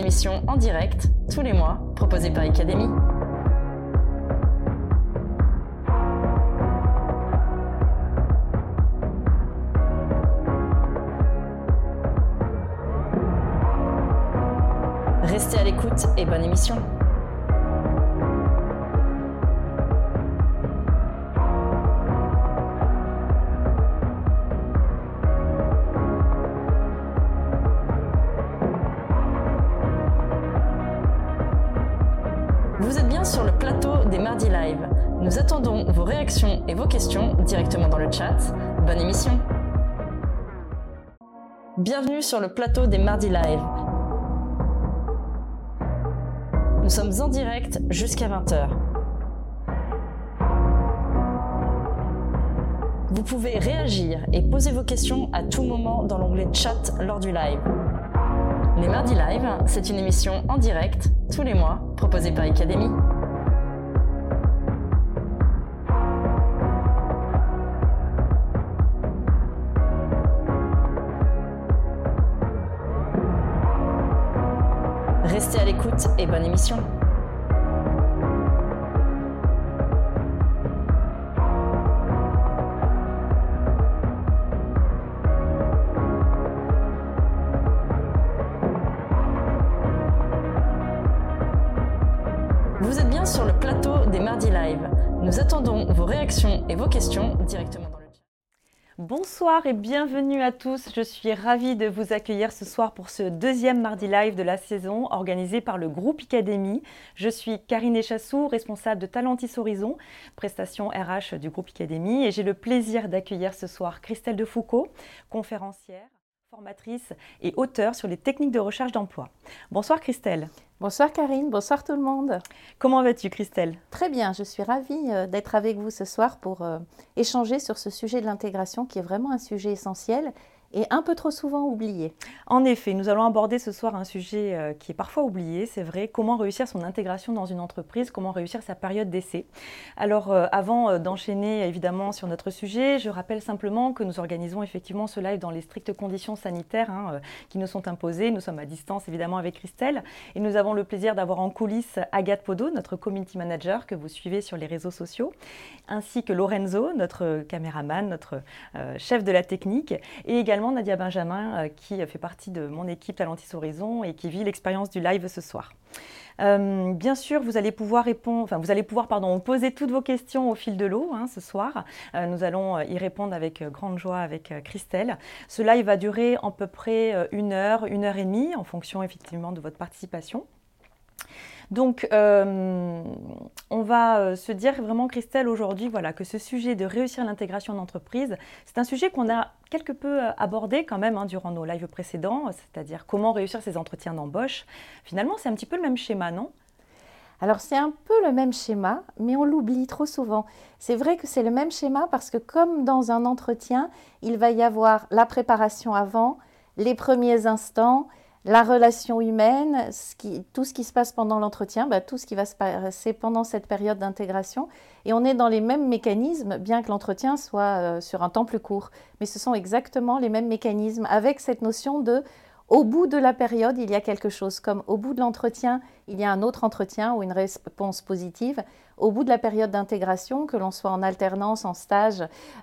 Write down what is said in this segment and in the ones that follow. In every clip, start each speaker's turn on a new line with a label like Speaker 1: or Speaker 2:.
Speaker 1: émission en direct, tous les mois, proposée par Academy. Restez à l'écoute et bonne émission. Vous êtes bien sur le plateau des Mardis Live. Nous attendons vos réactions et vos questions directement dans le chat. Bonne émission. Bienvenue sur le plateau des Mardis Live. Nous sommes en direct jusqu'à 20h. Vous pouvez réagir et poser vos questions à tout moment dans l'onglet chat lors du live. Les Mardis Live, c'est une émission en direct, tous les mois, proposée par Academy. Restez à l'écoute et bonne émission. Vous êtes bien sur le plateau des Mardis Live. Nous attendons vos réactions et vos questions directement dans le chat.
Speaker 2: Bonsoir et bienvenue à tous. Je suis ravie de vous accueillir ce soir pour ce deuxième Mardi Live de la saison organisé par le groupe Academy. Je suis Karine Echassou, responsable de Talentis Horizon, prestation RH du groupe Academy, et j'ai le plaisir d'accueillir ce soir Christelle Defoucault, conférencière, formatrice et auteure sur les techniques de recherche d'emploi. Bonsoir Christelle.
Speaker 3: Bonsoir Karine, bonsoir tout le monde.
Speaker 2: Comment vas-tu Christelle ?
Speaker 3: Très bien, je suis ravie d'être avec vous ce soir pour échanger sur ce sujet de l'intégration qui est vraiment un sujet essentiel et un peu trop souvent oublié.
Speaker 2: En effet, nous allons aborder ce soir un sujet qui est parfois oublié, c'est vrai, comment réussir son intégration dans une entreprise, comment réussir sa période d'essai. Alors avant d'enchaîner évidemment sur notre sujet, je rappelle simplement que nous organisons effectivement ce live dans les strictes conditions sanitaires qui nous sont imposées. Nous sommes à distance évidemment avec Christelle et nous avons le plaisir d'avoir en coulisses Agathe Podo, notre community manager que vous suivez sur les réseaux sociaux, ainsi que Lorenzo, notre caméraman, notre chef de la technique, et également Nadia Benjamin qui fait partie de mon équipe Talentis Horizon et qui vit l'expérience du live ce soir. Bien sûr, vous allez pouvoir poser toutes vos questions au fil de l'eau ce soir. Nous allons y répondre avec grande joie avec Christelle. Ce live va durer à peu près 1 heure, 1 heure et demie en fonction effectivement de votre participation. Donc, on va se dire vraiment, Christelle, aujourd'hui, voilà, que ce sujet de réussir l'intégration d'entreprise, c'est un sujet qu'on a quelque peu abordé quand même durant nos lives précédents, c'est-à-dire comment réussir ces entretiens d'embauche. Finalement, c'est un petit peu le même schéma, non ?
Speaker 3: Alors c'est un peu le même schéma, mais on l'oublie trop souvent. C'est vrai que c'est le même schéma parce que comme dans un entretien, il va y avoir la préparation avant, les premiers instants, la relation humaine, tout ce qui se passe pendant l'entretien, tout ce qui va se passer pendant cette période d'intégration. Et on est dans les mêmes mécanismes, bien que l'entretien soit sur un temps plus court. Mais ce sont exactement les mêmes mécanismes avec cette notion de au bout de la période, il y a quelque chose. Comme au bout de l'entretien, il y a un autre entretien ou une réponse positive. Au bout de la période d'intégration, que l'on soit en alternance, en stage,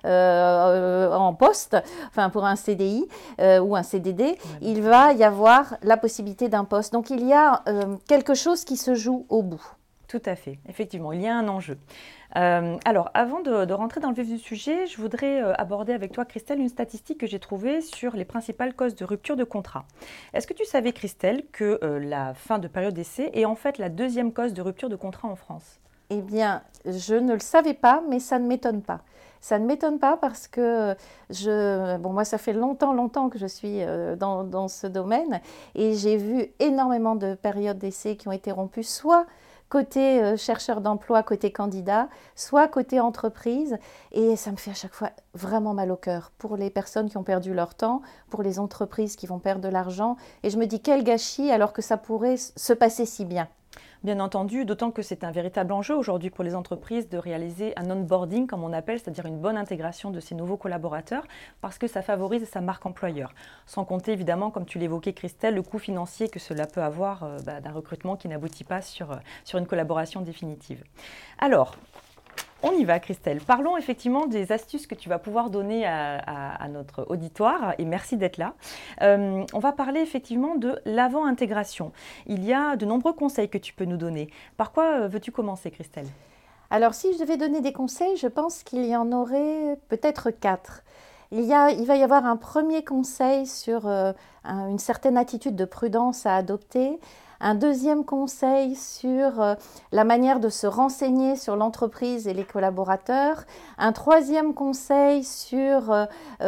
Speaker 3: en poste, enfin pour un CDI ou un CDD, il va y avoir la possibilité d'un poste. Donc il y a quelque chose qui se joue au bout.
Speaker 2: Tout à fait, effectivement, il y a un enjeu. Alors, avant de rentrer dans le vif du sujet, je voudrais aborder avec toi, Christelle, une statistique que j'ai trouvée sur les principales causes de rupture de contrat. Est-ce que tu savais, Christelle, que la fin de période d'essai est en fait la deuxième cause de rupture de contrat en France ?
Speaker 3: Eh bien, je ne le savais pas, mais ça ne m'étonne pas. Ça ne m'étonne pas parce que moi, ça fait longtemps que je suis dans ce domaine et j'ai vu énormément de périodes d'essai qui ont été rompues, soit côté chercheur d'emploi, côté candidat, soit côté entreprise. Et ça me fait à chaque fois vraiment mal au cœur pour les personnes qui ont perdu leur temps, pour les entreprises qui vont perdre de l'argent. Et je me dis quel gâchis alors que ça pourrait se passer si bien.
Speaker 2: Bien entendu, d'autant que c'est un véritable enjeu aujourd'hui pour les entreprises de réaliser un onboarding, comme on appelle, c'est-à-dire une bonne intégration de ces nouveaux collaborateurs, parce que ça favorise sa marque employeur. Sans compter évidemment, comme tu l'évoquais Christelle, le coût financier que cela peut avoir d'un recrutement qui n'aboutit pas sur une collaboration définitive. Alors, on y va Christelle. Parlons effectivement des astuces que tu vas pouvoir donner à notre auditoire et merci d'être là. On va parler effectivement de l'avant-intégration. Il y a de nombreux conseils que tu peux nous donner. Par quoi veux-tu commencer Christelle ?
Speaker 3: Alors si je devais donner des conseils, je pense qu'il y en aurait peut-être 4. Il va y avoir un premier conseil sur une certaine attitude de prudence à adopter. Un deuxième conseil sur la manière de se renseigner sur l'entreprise et les collaborateurs. Un troisième conseil sur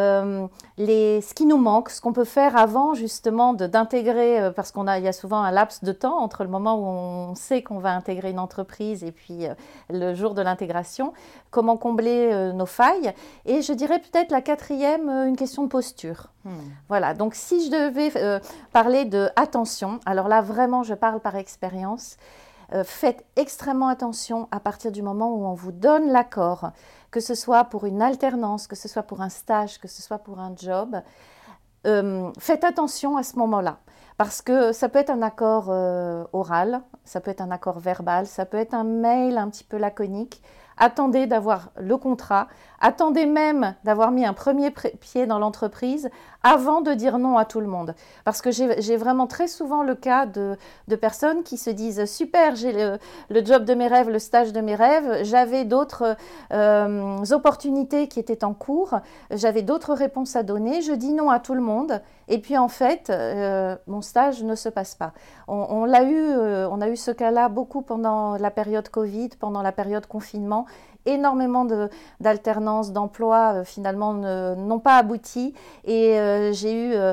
Speaker 3: ce qui nous manque, ce qu'on peut faire avant justement d'intégrer, parce qu'il y a souvent un laps de temps entre le moment où on sait qu'on va intégrer une entreprise et puis le jour de l'intégration, comment combler nos failles. Et je dirais peut-être la quatrième, une question de posture. Voilà, donc si je devais parler de attention, alors là vraiment je parle par expérience, faites extrêmement attention à partir du moment où on vous donne l'accord, que ce soit pour une alternance, que ce soit pour un stage, que ce soit pour un job, faites attention à ce moment-là. Parce que ça peut être un accord oral, ça peut être un accord verbal, ça peut être un mail un petit peu laconique. Attendez d'avoir le contrat, attendez même d'avoir mis un premier pied dans l'entreprise avant de dire non à tout le monde. Parce que j'ai vraiment très souvent le cas de personnes qui se disent « Super, j'ai le job de mes rêves, le stage de mes rêves, j'avais d'autres opportunités qui étaient en cours, j'avais d'autres réponses à donner, je dis non à tout le monde et puis en fait, mon stage ne se passe pas. » On a eu ce cas-là beaucoup pendant la période Covid, pendant la période confinement. Énormément d'alternances, d'emplois finalement n'ont pas abouti et j'ai eu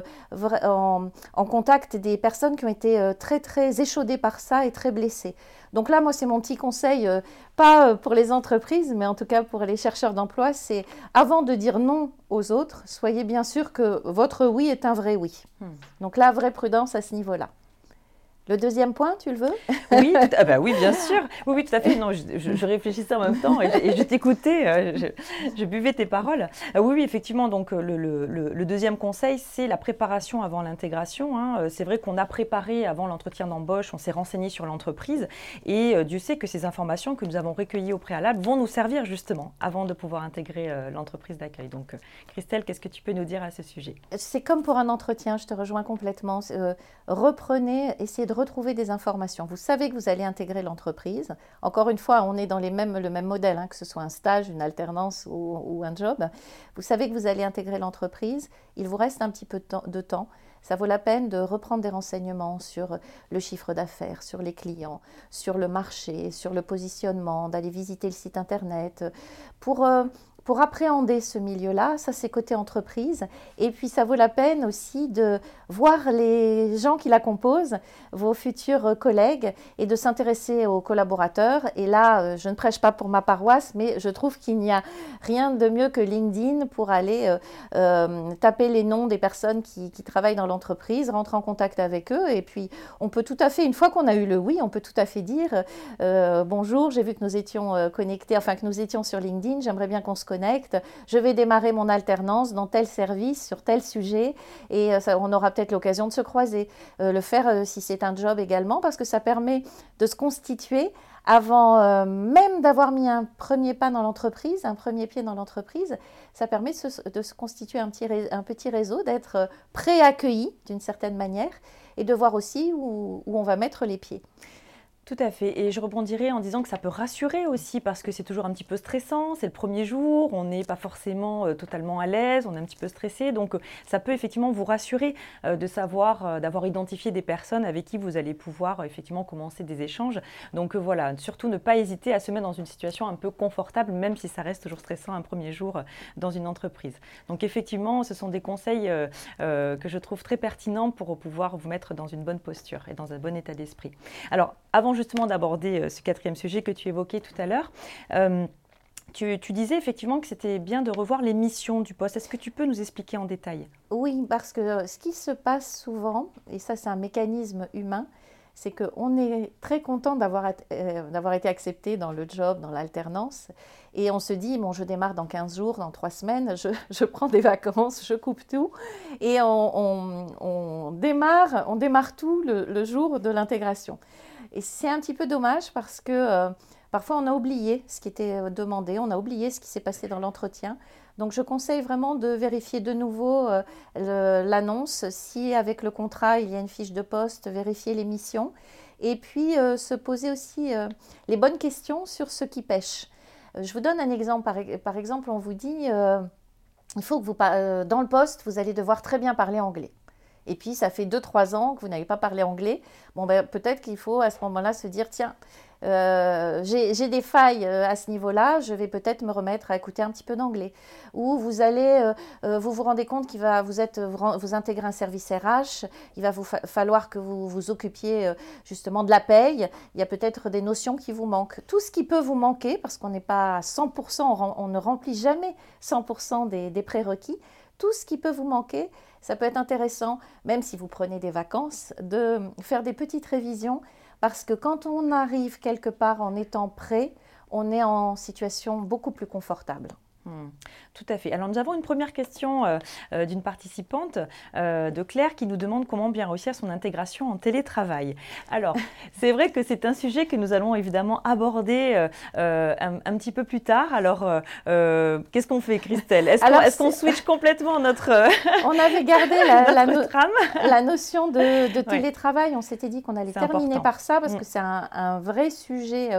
Speaker 3: en contact des personnes qui ont été très très échaudées par ça et très blessées. Donc là, moi, c'est mon petit conseil, pas pour les entreprises, mais en tout cas pour les chercheurs d'emploi, c'est avant de dire non aux autres, soyez bien sûr que votre oui est un vrai oui. Donc là, vraie prudence à ce niveau-là. Le deuxième point, tu le veux ?
Speaker 2: Oui, oui, bien sûr. Oui, tout à fait. Non, je réfléchissais en même temps et je t'écoutais, je buvais tes paroles. Oui, effectivement. Donc, le deuxième conseil, c'est la préparation avant l'intégration. Hein. C'est vrai qu'on a préparé avant l'entretien d'embauche, on s'est renseigné sur l'entreprise et Dieu sait que ces informations que nous avons recueillies au préalable vont nous servir justement avant de pouvoir intégrer l'entreprise d'accueil. Donc, Christelle, qu'est-ce que tu peux nous dire à ce sujet ?
Speaker 3: C'est comme pour un entretien, je te rejoins complètement. Reprenez, essayez de retrouver des informations. Vous savez que vous allez intégrer l'entreprise. Encore une fois, on est dans le même modèle, hein, que ce soit un stage, une alternance ou un job. Vous savez que vous allez intégrer l'entreprise. Il vous reste un petit peu de temps. Ça vaut la peine de reprendre des renseignements sur le chiffre d'affaires, sur les clients, sur le marché, sur le positionnement, d'aller visiter le site internet pour appréhender ce milieu-là. Ça, c'est côté entreprise. Et puis, ça vaut la peine aussi de voir les gens qui la composent, vos futurs collègues, et de s'intéresser aux collaborateurs. Et là, je ne prêche pas pour ma paroisse, mais je trouve qu'il n'y a rien de mieux que LinkedIn pour aller taper les noms des personnes qui travaillent dans l'entreprise, rentrer en contact avec eux. Et puis, on peut tout à fait, une fois qu'on a eu le oui, on peut tout à fait dire bonjour, j'ai vu que nous étions connectés, enfin que nous étions sur LinkedIn, j'aimerais bien qu'on se connecte, je vais démarrer mon alternance dans tel service, sur tel sujet, et on aura peut-être l'occasion de se croiser. Le faire si c'est un job également, parce que ça permet de se constituer avant même d'avoir mis un premier pas dans l'entreprise, un premier pied dans l'entreprise. Ça permet de se constituer un petit réseau, d'être pré-accueilli d'une certaine manière, et de voir aussi où on va mettre les pieds.
Speaker 2: Tout à fait. Et je rebondirais en disant que ça peut rassurer aussi parce que c'est toujours un petit peu stressant. C'est le premier jour, on n'est pas forcément totalement à l'aise, on est un petit peu stressé. Donc, ça peut effectivement vous rassurer de savoir, d'avoir identifié des personnes avec qui vous allez pouvoir effectivement commencer des échanges. Donc, voilà, surtout ne pas hésiter à se mettre dans une situation un peu confortable, même si ça reste toujours stressant un premier jour dans une entreprise. Donc, effectivement, ce sont des conseils que je trouve très pertinents pour pouvoir vous mettre dans une bonne posture et dans un bon état d'esprit. Alors, avant justement d'aborder ce quatrième sujet que tu évoquais tout à l'heure, tu disais effectivement que c'était bien de revoir les missions du poste. Est-ce que tu peux nous expliquer en détail ?
Speaker 3: Oui, parce que ce qui se passe souvent, et ça c'est un mécanisme humain, c'est qu'on est très content d'avoir été accepté dans le job, dans l'alternance. Et on se dit, bon, je démarre dans 15 jours, dans 3 semaines, je prends des vacances, je coupe tout. Et on démarre tout le jour de l'intégration. Et c'est un petit peu dommage parce que parfois on a oublié ce qui était demandé, on a oublié ce qui s'est passé dans l'entretien. Donc je conseille vraiment de vérifier de nouveau l'annonce. Si avec le contrat il y a une fiche de poste, vérifier les missions. Et puis se poser aussi les bonnes questions sur ce qui pêche. Je vous donne un exemple. Par exemple, on vous dit, il faut que dans le poste, vous allez devoir très bien parler anglais. Et puis, ça fait 2-3 ans que vous n'avez pas parlé anglais. Bon, peut-être qu'il faut à ce moment-là se dire, tiens, j'ai des failles à ce niveau-là, je vais peut-être me remettre à écouter un petit peu d'anglais. Ou vous allez, vous rendez compte vous intégrez un service RH, il va vous falloir que vous vous occupiez justement de la paye. Il y a peut-être des notions qui vous manquent. Tout ce qui peut vous manquer, parce qu'on n'est pas à 100%, on ne remplit jamais 100% des prérequis. Tout ce qui peut vous manquer, ça peut être intéressant, même si vous prenez des vacances, de faire des petites révisions. Parce que quand on arrive quelque part en étant prêt, on est en situation beaucoup plus confortable.
Speaker 2: Tout à fait. Alors nous avons une première question d'une participante, de Claire, qui nous demande comment bien réussir son intégration en télétravail. Alors c'est vrai que c'est un sujet que nous allons évidemment aborder un petit peu plus tard. Alors qu'est-ce qu'on fait, Christelle? Est-ce qu'on switch complètement notre
Speaker 3: On avait gardé la notion de télétravail. On s'était dit qu'on allait terminer par ça parce que c'est un vrai sujet.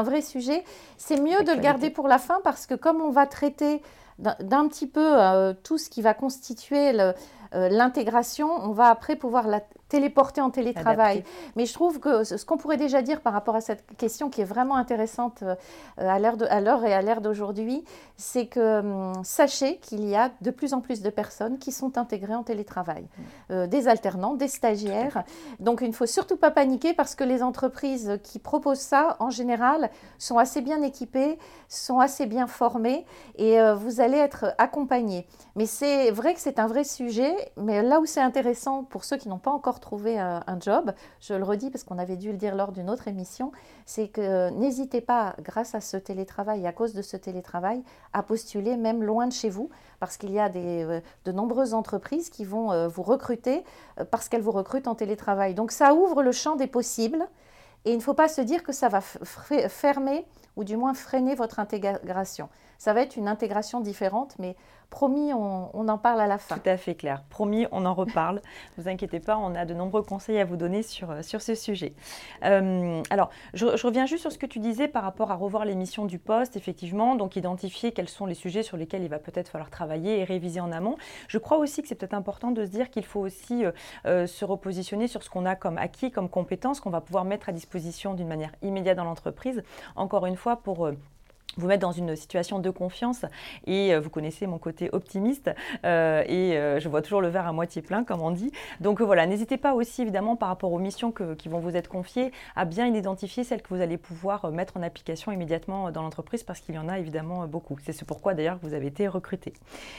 Speaker 3: C'est mieux de le garder pour la fin parce que comme on va traiter d'un petit peu tout ce qui va constituer l'intégration, on va après pouvoir la téléporter en télétravail.
Speaker 2: Adapté.
Speaker 3: Mais je trouve que ce qu'on pourrait déjà dire par rapport à cette question qui est vraiment intéressante à l'heure et à l'ère d'aujourd'hui, c'est que sachez qu'il y a de plus en plus de personnes qui sont intégrées en télétravail. Des alternants, des stagiaires. Donc il ne faut surtout pas paniquer parce que les entreprises qui proposent ça, en général, sont assez bien équipées, sont assez bien formées et vous allez être accompagnés. Mais c'est vrai que c'est un vrai sujet, mais là où c'est intéressant pour ceux qui n'ont pas encore trouvé un job, je le redis parce qu'on avait dû le dire lors d'une autre émission, c'est que n'hésitez pas, grâce à ce télétravail et à cause de ce télétravail, à postuler même loin de chez vous, parce qu'il y a de nombreuses entreprises qui vont vous recruter parce qu'elles vous recrutent en télétravail. Donc ça ouvre le champ des possibles et il ne faut pas se dire que ça va fermer ou du moins freiner votre intégration. Ça va être une intégration différente, mais promis, on en parle à la fin.
Speaker 2: Tout à fait, Claire. Promis, on en reparle. Ne vous inquiétez pas, on a de nombreux conseils à vous donner sur ce sujet. Alors, je reviens juste sur ce que tu disais par rapport à revoir les missions du poste, effectivement, donc identifier quels sont les sujets sur lesquels il va peut-être falloir travailler et réviser en amont. Je crois aussi que c'est peut-être important de se dire qu'il faut aussi se repositionner sur ce qu'on a comme acquis, comme compétences, qu'on va pouvoir mettre à disposition d'une manière immédiate dans l'entreprise. Encore une fois, pour vous mettre dans une situation de confiance et vous connaissez mon côté optimiste je vois toujours le verre à moitié plein comme on dit. Donc voilà, n'hésitez pas aussi évidemment par rapport aux missions qui vont vous être confiées à bien identifier celles que vous allez pouvoir mettre en application immédiatement dans l'entreprise parce qu'il y en a évidemment beaucoup. C'est ce pourquoi d'ailleurs que vous avez été recruté.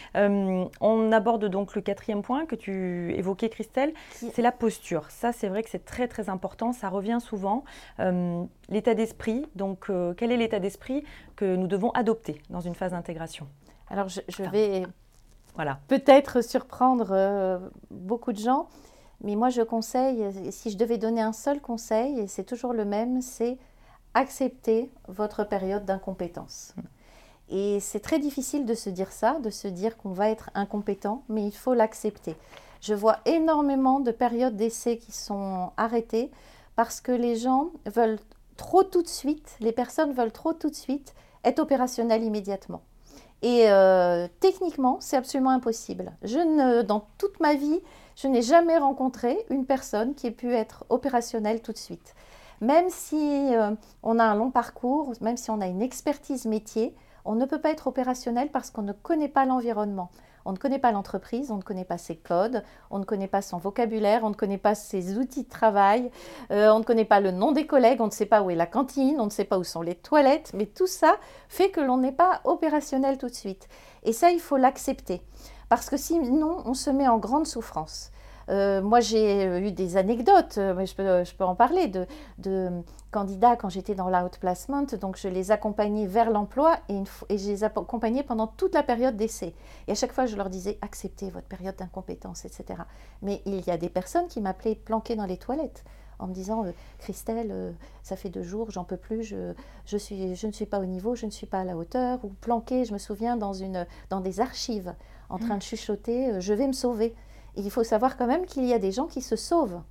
Speaker 2: On aborde donc le 4e point que tu évoquais, Christelle, c'est la posture. Ça c'est vrai que c'est très très important, ça revient souvent. L'état d'esprit, donc quel est l'état d'esprit que nous devons adopter dans une phase d'intégration?
Speaker 3: Alors je vais peut-être surprendre beaucoup de gens, mais moi je conseille, si je devais donner un seul conseil, et c'est toujours le même, c'est accepter votre période d'incompétence. Et c'est très difficile de se dire ça, de se dire qu'on va être incompétent, mais il faut l'accepter. Je vois énormément de périodes d'essai qui sont arrêtées parce que les gens veulent trop tout de suite, les personnes veulent trop tout de suite être opérationnelles immédiatement. Et techniquement, c'est absolument impossible. Dans toute ma vie, je n'ai jamais rencontré une personne qui ait pu être opérationnelle tout de suite. Même si on a un long parcours, même si on a une expertise métier, on ne peut pas être opérationnel parce qu'on ne connaît pas l'environnement. On ne connaît pas l'entreprise, on ne connaît pas ses codes, on ne connaît pas son vocabulaire, on ne connaît pas ses outils de travail, on ne connaît pas le nom des collègues, on ne sait pas où est la cantine, on ne sait pas où sont les toilettes, mais tout ça fait que l'on n'est pas opérationnel tout de suite. Et ça, il faut l'accepter, parce que sinon, on se met en grande souffrance. Moi, j'ai eu des anecdotes, mais je peux en parler, de candidats quand j'étais dans l'outplacement. Donc, je les accompagnais vers l'emploi et je les accompagnais pendant toute la période d'essai. Et à chaque fois, je leur disais, acceptez votre période d'incompétence, etc. Mais il y a des personnes qui m'appelaient planquées dans les toilettes en me disant, Christelle, ça fait 2 jours, j'en peux plus, je ne suis pas au niveau, je ne suis pas à la hauteur. Ou planquée, je me souviens, dans des archives, en train de chuchoter, je vais me sauver. Et il faut savoir quand même qu'il y a des gens qui se sauvent.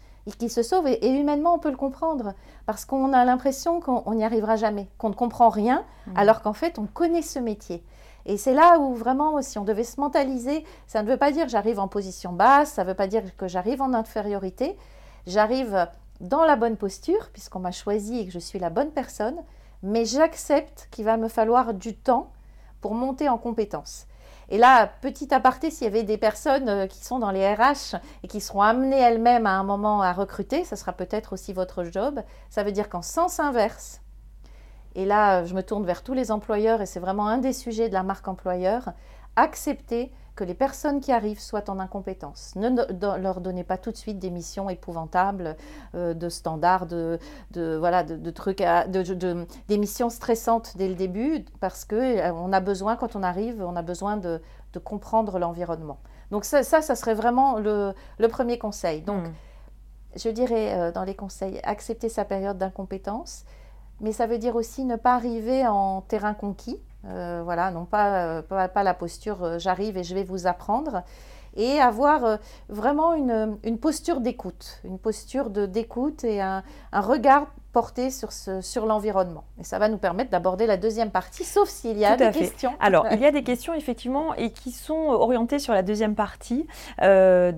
Speaker 3: Et humainement, on peut le comprendre. Parce qu'on a l'impression qu'on n'y arrivera jamais, qu'on ne comprend rien, alors qu'en fait, on connaît ce métier. Et c'est là où vraiment, si on devait se mentaliser, ça ne veut pas dire que j'arrive en position basse, ça ne veut pas dire que j'arrive en infériorité. J'arrive dans la bonne posture, puisqu'on m'a choisi et que je suis la bonne personne, mais j'accepte qu'il va me falloir du temps pour monter en compétence. Et là, petit aparté, s'il y avait des personnes qui sont dans les RH et qui seront amenées elles-mêmes à un moment à recruter, ça sera peut-être aussi votre job, ça veut dire qu'en sens inverse, et là, je me tourne vers tous les employeurs et c'est vraiment un des sujets de la marque employeur, accepter que les personnes qui arrivent soient en incompétence. Ne leur donnez pas tout de suite des missions épouvantables, de standards, de trucs, des missions stressantes dès le début, parce qu'on a besoin, quand on arrive, on a besoin de comprendre l'environnement. Donc ça serait vraiment le premier conseil. Donc, je dirais dans les conseils, accepter sa période d'incompétence, mais ça veut dire aussi ne pas arriver en terrain conquis. Non pas la posture j'arrive et je vais vous apprendre, et avoir vraiment une posture d'écoute, et un regard porté sur l'environnement. Et ça va nous permettre d'aborder la deuxième partie, sauf s'il y a des questions.
Speaker 2: Alors, il y a des questions effectivement et qui sont orientées sur la deuxième partie. On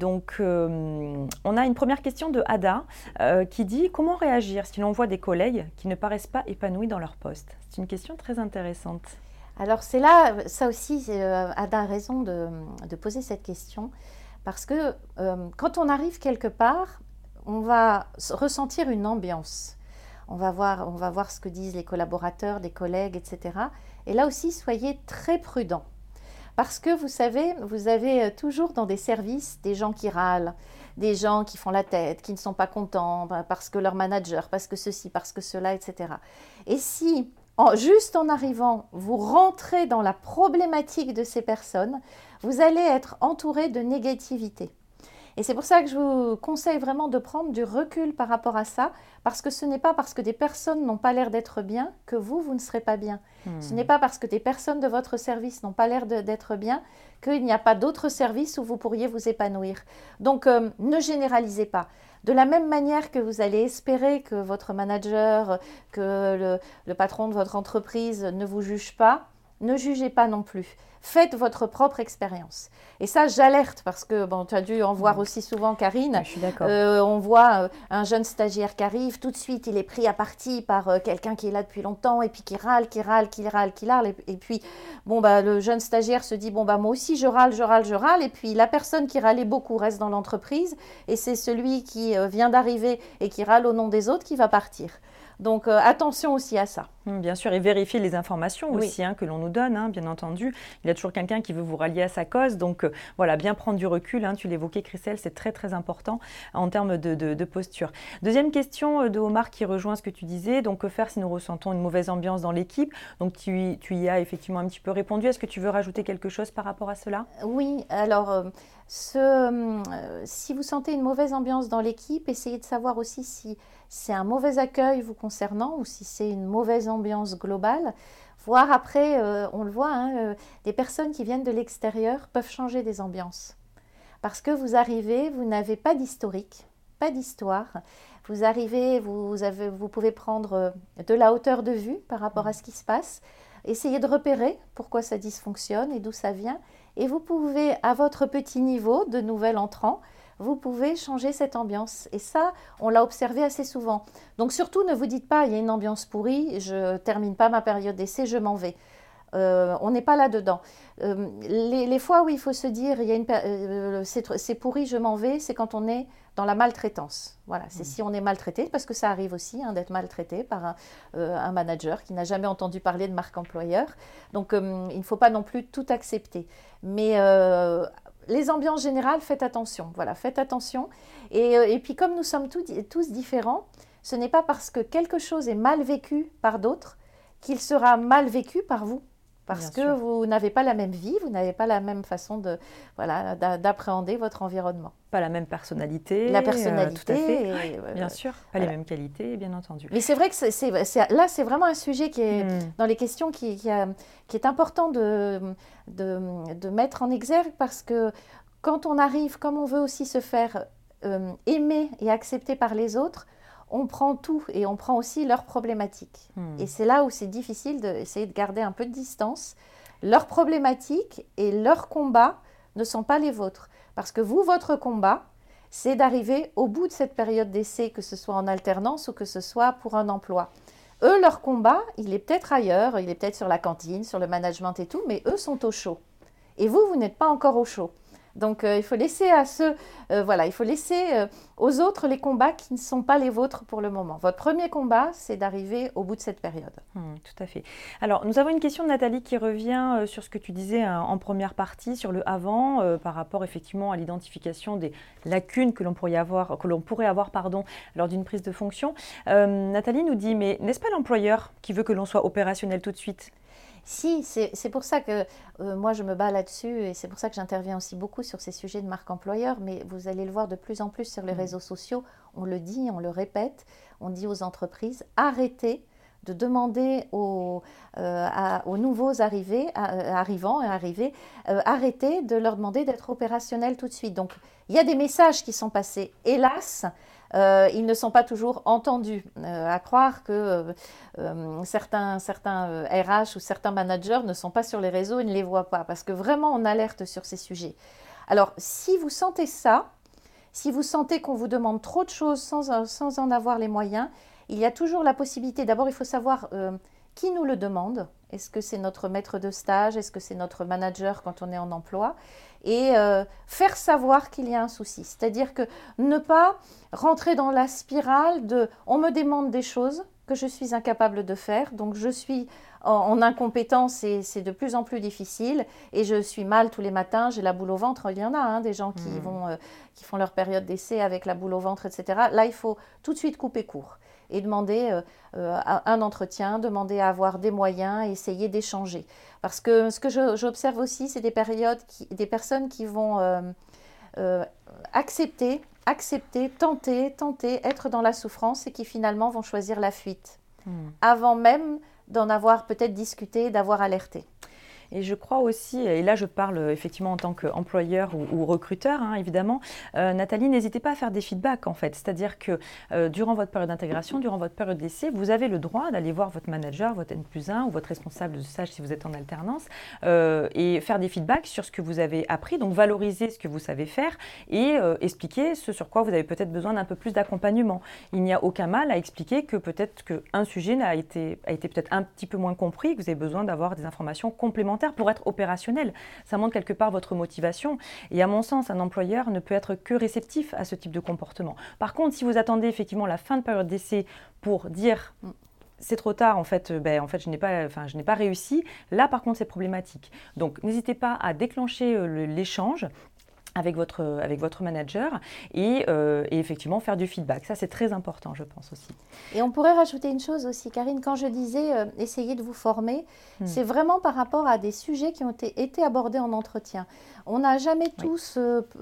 Speaker 2: a une première question de Ada qui dit « Comment réagir si l'on voit des collègues qui ne paraissent pas épanouis dans leur poste ?» C'est une question très intéressante.
Speaker 3: Alors c'est là, ça aussi, Ada a raison de poser cette question, parce que quand on arrive quelque part, on va ressentir une ambiance. On va voir ce que disent les collaborateurs, les collègues, etc. Et là aussi, soyez très prudents. Parce que vous savez, vous avez toujours dans des services des gens qui râlent, des gens qui font la tête, qui ne sont pas contents parce que leur manager, parce que ceci, parce que cela, etc. Et si juste en arrivant, vous rentrez dans la problématique de ces personnes, vous allez être entouré de négativité. Et c'est pour ça que je vous conseille vraiment de prendre du recul par rapport à ça, parce que ce n'est pas parce que des personnes n'ont pas l'air d'être bien que vous ne serez pas bien. Ce n'est pas parce que des personnes de votre service n'ont pas l'air d'être bien qu'il n'y a pas d'autres services où vous pourriez vous épanouir. Donc, ne généralisez pas. De la même manière que vous allez espérer que votre manager, que le patron de votre entreprise ne vous juge pas, ne jugez pas non plus. Faites votre propre expérience. Et ça, j'alerte parce que, tu as dû en voir aussi souvent, Karine.
Speaker 2: Je suis d'accord.
Speaker 3: On voit un jeune stagiaire qui arrive, tout de suite, il est pris à partie par quelqu'un qui est là depuis longtemps et puis qui râle. Et puis, le jeune stagiaire se dit, moi aussi, je râle. Et puis, la personne qui râlait beaucoup reste dans l'entreprise et c'est celui qui vient d'arriver et qui râle au nom des autres qui va partir. Donc, attention aussi à ça.
Speaker 2: Bien sûr, et vérifier les informations aussi que l'on nous donne, bien entendu. Il y a toujours quelqu'un qui veut vous rallier à sa cause. Donc, bien prendre du recul. Tu l'évoquais, Christelle, c'est très, très important en termes de posture. Deuxième question de Omar qui rejoint ce que tu disais. Donc, que faire si nous ressentons une mauvaise ambiance dans l'équipe? Donc, tu y as effectivement un petit peu répondu. Est-ce que tu veux rajouter quelque chose par rapport à cela?
Speaker 3: Oui, alors, si vous sentez une mauvaise ambiance dans l'équipe, essayez de savoir aussi si c'est un mauvais accueil vous concernant ou si c'est une mauvaise ambiance globale. Voire après, on le voit, des personnes qui viennent de l'extérieur peuvent changer des ambiances. Parce que vous arrivez, vous n'avez pas d'historique, pas d'histoire. Vous arrivez, vous pouvez prendre de la hauteur de vue par rapport à ce qui se passe. Essayez de repérer pourquoi ça dysfonctionne et d'où ça vient. Et vous pouvez, à votre petit niveau de nouvel entrant, vous pouvez changer cette ambiance. Et ça, on l'a observé assez souvent. Donc surtout, ne vous dites pas, il y a une ambiance pourrie, je ne termine pas ma période d'essai, je m'en vais. On n'est pas là-dedans. Les fois où il faut se dire, c'est pourri, je m'en vais, c'est quand on est dans la maltraitance. Voilà, c'est si on est maltraité, parce que ça arrive aussi d'être maltraité par un manager qui n'a jamais entendu parler de marque employeur. Donc, il ne faut pas non plus tout accepter. Mais les ambiances générales, faites attention. Voilà, faites attention. Et puis comme nous sommes tous différents, ce n'est pas parce que quelque chose est mal vécu par d'autres qu'il sera mal vécu par vous. Parce que vous n'avez pas la même vie, vous n'avez pas la même façon d'appréhender votre environnement.
Speaker 2: Pas la même personnalité.
Speaker 3: La personnalité.
Speaker 2: Tout à fait. Bien sûr. Pas les mêmes qualités, bien entendu.
Speaker 3: Mais c'est vrai que là, c'est vraiment un sujet qui est dans les questions qui est important de mettre en exergue parce que quand on arrive, comme on veut aussi se faire aimer et accepter par les autres, on prend tout et on prend aussi leurs problématiques. Et c'est là où c'est difficile d'essayer de garder un peu de distance. Leurs problématiques et leurs combats ne sont pas les vôtres. Parce que vous, votre combat, c'est d'arriver au bout de cette période d'essai, que ce soit en alternance ou que ce soit pour un emploi. Eux, leur combat, il est peut-être ailleurs, il est peut-être sur la cantine, sur le management et tout, mais eux sont au chaud. Et vous n'êtes pas encore au chaud. Donc, il faut laisser il faut laisser aux autres les combats qui ne sont pas les vôtres pour le moment. Votre premier combat, c'est d'arriver au bout de cette période.
Speaker 2: Tout à fait. Alors, nous avons une question de Nathalie qui revient sur ce que tu disais en première partie, sur le avant, par rapport effectivement à l'identification des lacunes que l'on pourrait avoir, lors d'une prise de fonction. Nathalie nous dit, mais n'est-ce pas l'employeur qui veut que l'on soit opérationnel tout de suite ?
Speaker 3: Si, c'est pour ça que moi je me bats là-dessus et c'est pour ça que j'interviens aussi beaucoup sur ces sujets de marque employeur, mais vous allez le voir de plus en plus sur les réseaux sociaux, on le dit, on le répète, on dit aux entreprises, arrêtez de demander aux nouveaux arrivants, arrêtez de leur demander d'être opérationnels tout de suite. Donc il y a des messages qui sont passés, hélas, ils ne sont pas toujours entendus. À croire que certains RH ou certains managers ne sont pas sur les réseaux et ne les voient pas, parce que vraiment on alerte sur ces sujets. Alors si vous sentez ça, si vous sentez qu'on vous demande trop de choses sans en avoir les moyens, il y a toujours la possibilité, d'abord il faut savoir qui nous le demande. Est-ce que c'est notre maître de stage? Est-ce que c'est notre manager quand on est en emploi? Et faire savoir qu'il y a un souci. C'est-à-dire que ne pas rentrer dans la spirale de « on me demande des choses que je suis incapable de faire, donc je suis en incompétence et c'est de plus en plus difficile et je suis mal tous les matins, j'ai la boule au ventre ». Il y en a des gens qui font leur période d'essai avec la boule au ventre, etc. Là, il faut tout de suite couper court et demander un entretien, demander à avoir des moyens, essayer d'échanger. Parce que ce que j'observe aussi, c'est des personnes qui vont accepter, tenter, être dans la souffrance et qui finalement vont choisir la fuite, avant même d'en avoir peut-être discuté, d'avoir alerté.
Speaker 2: Et je crois aussi, et là je parle effectivement en tant qu'employeur ou recruteur, évidemment, Nathalie, n'hésitez pas à faire des feedbacks en fait. C'est-à-dire que durant votre période d'intégration, durant votre période d'essai, vous avez le droit d'aller voir votre manager, votre N+1 ou votre responsable de stage si vous êtes en alternance et faire des feedbacks sur ce que vous avez appris, donc valoriser ce que vous savez faire et expliquer ce sur quoi vous avez peut-être besoin d'un peu plus d'accompagnement. Il n'y a aucun mal à expliquer que peut-être qu'un sujet a été peut-être un petit peu moins compris, que vous avez besoin d'avoir des informations complémentaires pour être opérationnel. Ça montre quelque part votre motivation. Et à mon sens, un employeur ne peut être que réceptif à ce type de comportement. Par contre, si vous attendez effectivement la fin de période d'essai pour dire c'est trop tard, en fait, je n'ai pas réussi, là par contre c'est problématique. Donc n'hésitez pas à déclencher l'échange avec votre manager et effectivement faire du feedback. Ça, c'est très important, je pense aussi.
Speaker 3: Et on pourrait rajouter une chose aussi, Karine, quand je disais essayez de vous former, c'est vraiment par rapport à des sujets qui ont été abordés en entretien. On n'a jamais tous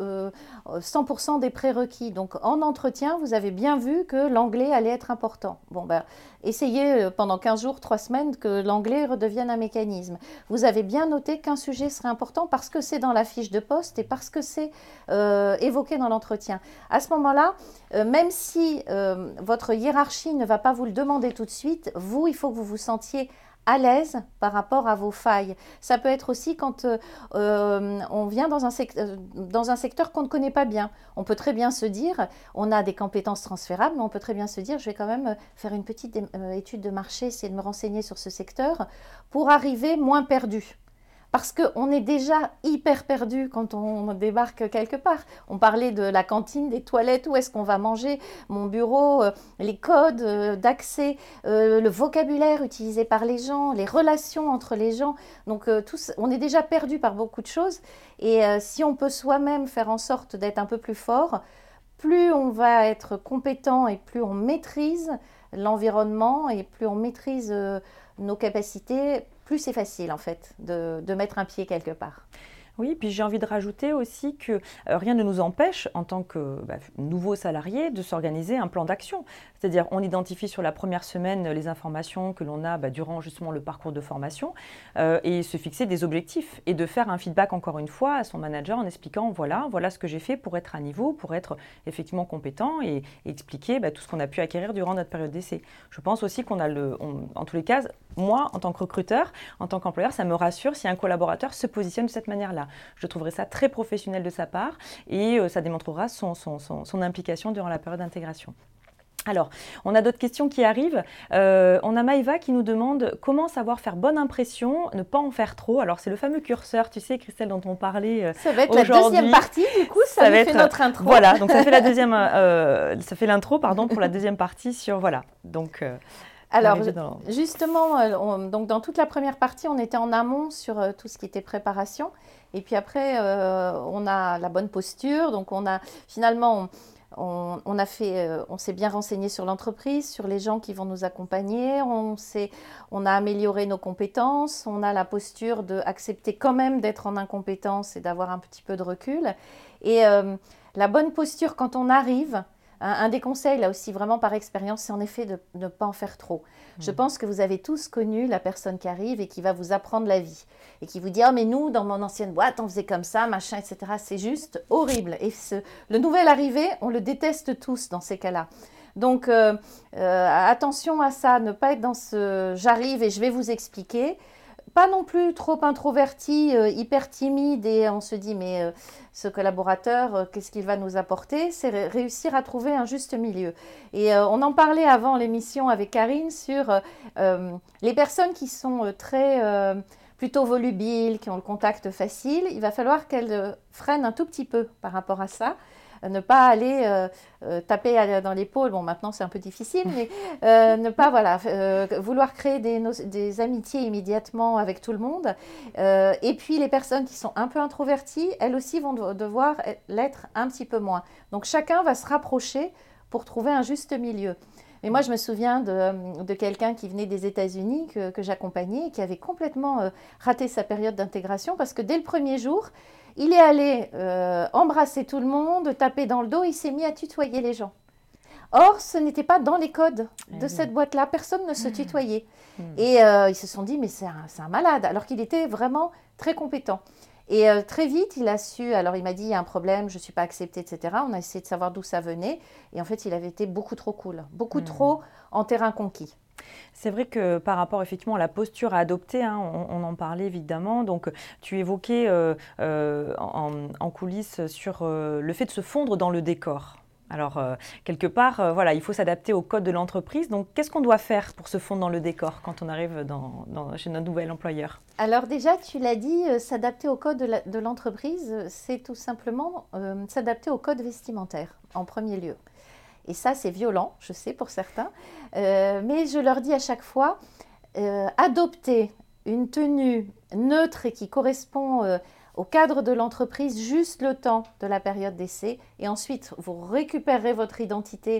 Speaker 3: 100% des prérequis. Donc, en entretien, vous avez bien vu que l'anglais allait être important. Essayez pendant 15 jours, 3 semaines que l'anglais redevienne un mécanisme. Vous avez bien noté qu'un sujet serait important parce que c'est dans la fiche de poste et parce que c'est évoqué dans l'entretien. À ce moment-là, même si votre hiérarchie ne va pas vous le demander tout de suite, il faut que vous vous sentiez à l'aise par rapport à vos failles. Ça peut être aussi quand on vient dans un secteur qu'on ne connaît pas bien. On peut très bien se dire, on a des compétences transférables, mais on peut très bien se dire, je vais quand même faire une petite étude de marché, essayer de me renseigner sur ce secteur pour arriver moins perdu. parce qu'on est déjà hyper perdu quand on débarque quelque part. On parlait de la cantine, des toilettes, où est-ce qu'on va manger, mon bureau, les codes d'accès, le vocabulaire utilisé par les gens, les relations entre les gens. Donc on est déjà perdu par beaucoup de choses. Et si on peut soi-même faire en sorte d'être un peu plus fort, plus on va être compétent et plus on maîtrise l'environnement et plus on maîtrise nos capacités, plus c'est facile en fait de mettre un pied quelque part.
Speaker 2: Oui, puis j'ai envie de rajouter aussi que rien ne nous empêche, en tant que nouveaux salariés, de s'organiser un plan d'action. C'est-à-dire, on identifie sur la première semaine les informations que l'on a durant justement le parcours de formation et se fixer des objectifs et de faire un feedback encore une fois à son manager en expliquant voilà ce que j'ai fait pour être à niveau, pour être effectivement compétent et expliquer tout ce qu'on a pu acquérir durant notre période d'essai. Je pense aussi qu'on a en tous les cas, moi, en tant que recruteur, en tant qu'employeur, ça me rassure si un collaborateur se positionne de cette manière-là. Je trouverai ça très professionnel de sa part et ça démontrera son implication durant la période d'intégration. Alors, on a d'autres questions qui arrivent. On a Maïva qui nous demande comment savoir faire bonne impression, ne pas en faire trop. Alors, c'est le fameux curseur, tu sais, Christelle, dont on parlait
Speaker 3: ça va être la deuxième partie, du coup, ça va être notre intro.
Speaker 2: Voilà, donc ça fait la deuxième, ça fait l'intro, pardon, pour la deuxième partie sur, voilà. Donc,
Speaker 3: alors, justement, donc dans toute la première partie, on était en amont sur tout ce qui était préparation. Et puis après, on a la bonne posture. Donc, on a finalement, on s'est bien renseigné sur l'entreprise, sur les gens qui vont nous accompagner. On a amélioré nos compétences. On a la posture d'accepter quand même d'être en incompétence et d'avoir un petit peu de recul. Et la bonne posture quand on arrive. Un des conseils, là aussi, vraiment par expérience, c'est en effet de ne pas en faire trop. Je pense que vous avez tous connu la personne qui arrive et qui va vous apprendre la vie. Et qui vous dit « Oh, mais nous, dans mon ancienne boîte, on faisait comme ça, machin, etc. » C'est juste horrible. Et le nouvel arrivé, on le déteste tous dans ces cas-là. Donc, attention à ça, ne pas être dans ce « j'arrive et je vais vous expliquer ». Pas non plus trop introverti, hyper timide et on se dit mais ce collaborateur, qu'est-ce qu'il va nous apporter? C'est réussir à trouver un juste milieu. Et on en parlait avant l'émission avec Karine sur les personnes qui sont plutôt volubiles, qui ont le contact facile. Il va falloir qu'elles freinent un tout petit peu par rapport à ça. Ne pas aller taper dans l'épaule, bon maintenant c'est un peu difficile, mais ne pas vouloir créer des amitiés immédiatement avec tout le monde. Et puis les personnes qui sont un peu introverties, elles aussi vont devoir l'être un petit peu moins. Donc chacun va se rapprocher pour trouver un juste milieu. Mais moi, je me souviens de quelqu'un qui venait des États-Unis que j'accompagnais et qui avait complètement raté sa période d'intégration parce que dès le premier jour, il est allé embrasser tout le monde, taper dans le dos, il s'est mis à tutoyer les gens. Or, ce n'était pas dans les codes de cette boîte-là, personne ne se tutoyait. Et ils se sont dit, mais c'est un malade, alors qu'il était vraiment très compétent. Et très vite, il a su, alors il m'a dit, il y a un problème, je ne suis pas acceptée, etc. On a essayé de savoir d'où ça venait. Et en fait, il avait été beaucoup trop cool, beaucoup trop en terrain conquis.
Speaker 2: C'est vrai que par rapport effectivement à la posture à adopter, hein, on en parlait évidemment, donc tu évoquais en coulisses sur le fait de se fondre dans le décor. Alors, quelque part, voilà, il faut s'adapter au code de l'entreprise. Donc, qu'est-ce qu'on doit faire pour se fondre dans le décor quand on arrive chez notre nouvel employeur?
Speaker 3: Alors déjà, tu l'as dit, s'adapter au code de l'entreprise, c'est tout simplement s'adapter au code vestimentaire en premier lieu. Et ça, c'est violent, je sais, pour certains. Mais je leur dis à chaque fois, adopter une tenue neutre et qui correspond au cadre de l'entreprise juste le temps de la période d'essai. Et ensuite, vous récupérerez votre identité,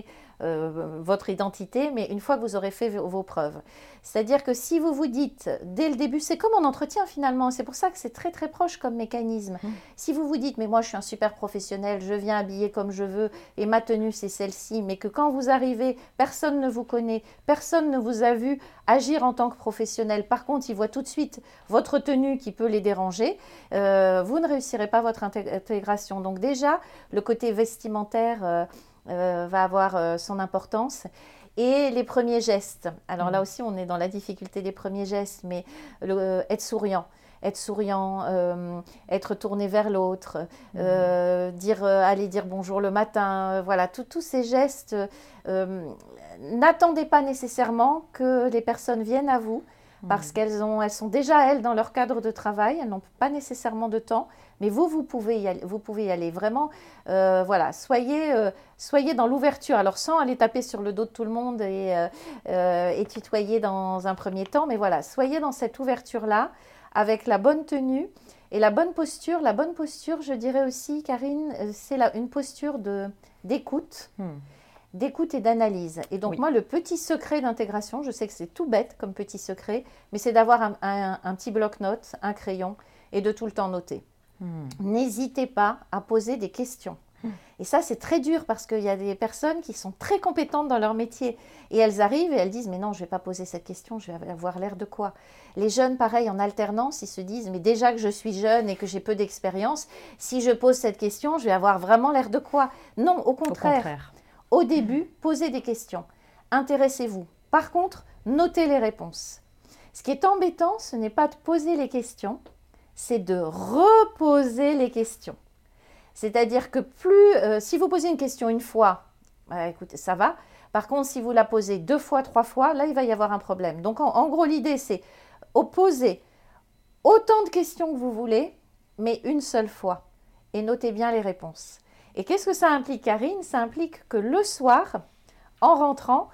Speaker 3: mais une fois que vous aurez fait vos preuves. C'est-à-dire que si vous vous dites, dès le début, c'est comme en entretien finalement, c'est pour ça que c'est très très proche comme mécanisme. Si vous vous dites, mais moi je suis un super professionnel, je viens habiller comme je veux et ma tenue c'est celle-ci, mais que quand vous arrivez, personne ne vous connaît, personne ne vous a vu agir en tant que professionnel. Par contre, ils voient tout de suite votre tenue qui peut les déranger, vous ne réussirez pas votre intégration. Donc déjà, le côté vestimentaire va avoir son importance. Et les premiers gestes. Alors là aussi, on est dans la difficulté des premiers gestes, mais être souriant, être tourné vers l'autre, aller dire bonjour le matin, voilà, tous ces gestes. N'attendez pas nécessairement que les personnes viennent à vous. parce qu'elles sont déjà, elles, dans leur cadre de travail, elles n'ont pas nécessairement de temps, mais vous pouvez y aller. Vraiment, voilà, soyez dans l'ouverture, alors sans aller taper sur le dos de tout le monde et tutoyer dans un premier temps, mais voilà, soyez dans cette ouverture-là, avec la bonne tenue et la bonne posture. La bonne posture, je dirais aussi, Karine, c'est une posture d'écoute. D'écoute et d'analyse. Et donc, moi, le petit secret d'intégration, je sais que c'est tout bête comme petit secret, mais c'est d'avoir un petit bloc-notes, un crayon et de tout le temps noter. N'hésitez pas à poser des questions. Et ça, c'est très dur parce qu'il y a des personnes qui sont très compétentes dans leur métier et elles arrivent et elles disent « mais non, je ne vais pas poser cette question, je vais avoir l'air de quoi ?» Les jeunes, pareil, en alternance, ils se disent « mais déjà que je suis jeune et que j'ai peu d'expérience, si je pose cette question, je vais avoir vraiment l'air de quoi ?» Non, au contraire. Au début, posez des questions. Intéressez-vous. Par contre, notez les réponses. Ce qui est embêtant, ce n'est pas de poser les questions, c'est de reposer les questions. C'est-à-dire que si vous posez une question une fois, écoutez, ça va. Par contre, si vous la posez 2 fois, 3 fois, là, il va y avoir un problème. Donc, en gros, l'idée, c'est poser autant de questions que vous voulez, mais une seule fois. Et notez bien les réponses. Et qu'est-ce que ça implique, Karine? Ça implique que le soir, en rentrant,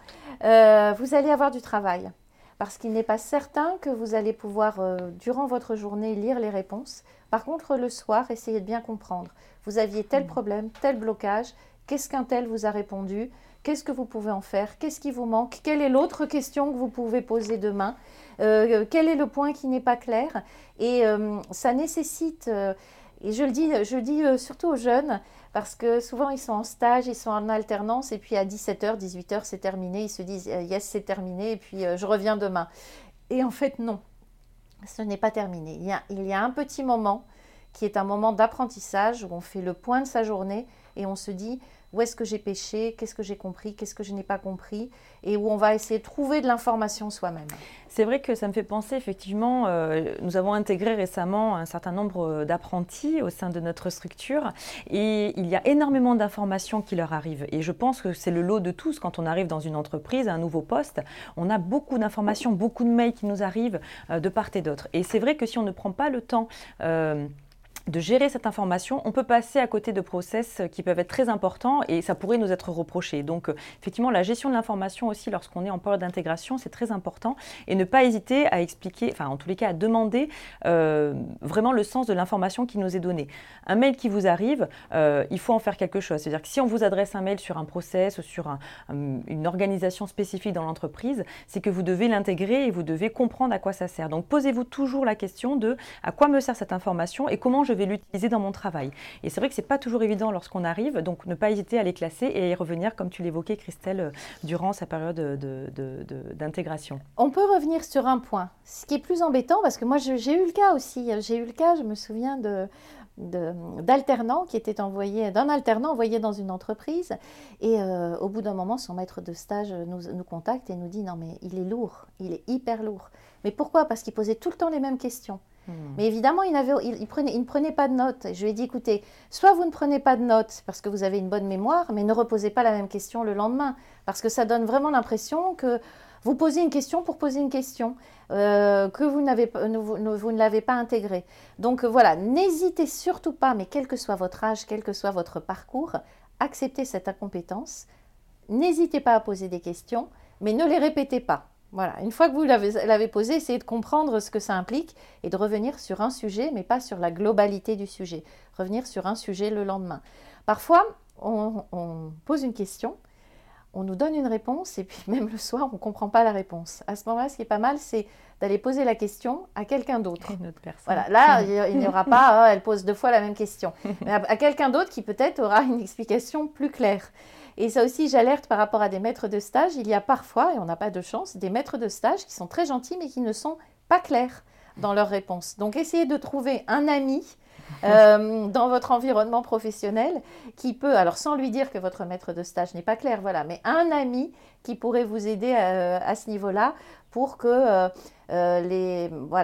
Speaker 3: vous allez avoir du travail. Parce qu'il n'est pas certain que vous allez pouvoir, durant votre journée, lire les réponses. Par contre, le soir, essayez de bien comprendre. Vous aviez tel problème, tel blocage. Qu'est-ce qu'un tel vous a répondu? Qu'est-ce que vous pouvez en faire? Qu'est-ce qui vous manque? Quelle est l'autre question que vous pouvez poser demain? Quel est le point qui n'est pas clair? Et ça nécessite, et je le dis surtout aux jeunes, parce que souvent ils sont en stage, ils sont en alternance, et puis à 17h, 18h, c'est terminé. Ils se disent « yes, c'est terminé, et puis je reviens demain ». Et en fait, non, ce n'est pas terminé. Il y a un petit moment qui est un moment d'apprentissage où on fait le point de sa journée et on se dit où est-ce que j'ai péché, qu'est-ce que j'ai compris, qu'est-ce que je n'ai pas compris, et où on va essayer de trouver de l'information soi-même.
Speaker 2: C'est vrai que ça me fait penser, effectivement, nous avons intégré récemment un certain nombre d'apprentis au sein de notre structure et il y a énormément d'informations qui leur arrivent. Et je pense que c'est le lot de tous quand on arrive dans une entreprise, un nouveau poste, on a beaucoup d'informations, beaucoup de mails qui nous arrivent de part et d'autre. Et c'est vrai que si on ne prend pas le temps de gérer cette information, on peut passer à côté de process qui peuvent être très importants et ça pourrait nous être reproché. Donc effectivement, la gestion de l'information aussi lorsqu'on est en période d'intégration, c'est très important et ne pas hésiter à expliquer, enfin en tous les cas à demander vraiment le sens de l'information qui nous est donnée. Un mail qui vous arrive, il faut en faire quelque chose. C'est-à-dire que si on vous adresse un mail sur un process, sur une organisation spécifique dans l'entreprise, c'est que vous devez l'intégrer et vous devez comprendre à quoi ça sert. Donc posez-vous toujours la question de à quoi me sert cette information et comment je vais l'utiliser dans mon travail. Et c'est vrai que ce n'est pas toujours évident lorsqu'on arrive, donc ne pas hésiter à les classer et à y revenir, comme tu l'évoquais, Christelle, durant sa période d'intégration.
Speaker 3: On peut revenir sur un point, ce qui est plus embêtant, parce que moi j'ai eu le cas aussi, je me souviens d'alternants qui étaient envoyés, d'un alternant envoyé dans une entreprise et au bout d'un moment son maître de stage nous contacte et nous dit non mais il est lourd, il est hyper lourd. Mais pourquoi? Parce qu'il posait tout le temps les mêmes questions. Mais évidemment, il ne prenait pas de notes. Je lui ai dit, écoutez, soit vous ne prenez pas de notes parce que vous avez une bonne mémoire, mais ne reposez pas la même question le lendemain. Parce que ça donne vraiment l'impression que vous posez une question pour poser une question, que vous ne l'avez pas intégrée. Donc voilà, n'hésitez surtout pas, mais quel que soit votre âge, quel que soit votre parcours, acceptez cette incompétence. N'hésitez pas à poser des questions, mais ne les répétez pas. Voilà, une fois que vous l'avez posé, essayez de comprendre ce que ça implique et de revenir sur un sujet, mais pas sur la globalité du sujet. Revenir sur un sujet le lendemain. Parfois, on pose une question, on nous donne une réponse et puis même le soir, on ne comprend pas la réponse. À ce moment-là, ce qui est pas mal, c'est d'aller poser la question à quelqu'un d'autre.
Speaker 2: Une autre personne.
Speaker 3: Voilà, là, il n'y aura pas, elle pose 2 fois la même question. Mais à quelqu'un d'autre qui peut-être aura une explication plus claire. Et ça aussi, j'alerte par rapport à des maîtres de stage. Il y a parfois, et on n'a pas de chance, des maîtres de stage qui sont très gentils mais qui ne sont pas clairs dans leurs réponses. Donc, essayez de trouver un ami dans votre environnement professionnel qui peut, alors sans lui dire que votre maître de stage n'est pas clair, voilà, mais un ami qui pourrait vous aider à ce niveau-là pour que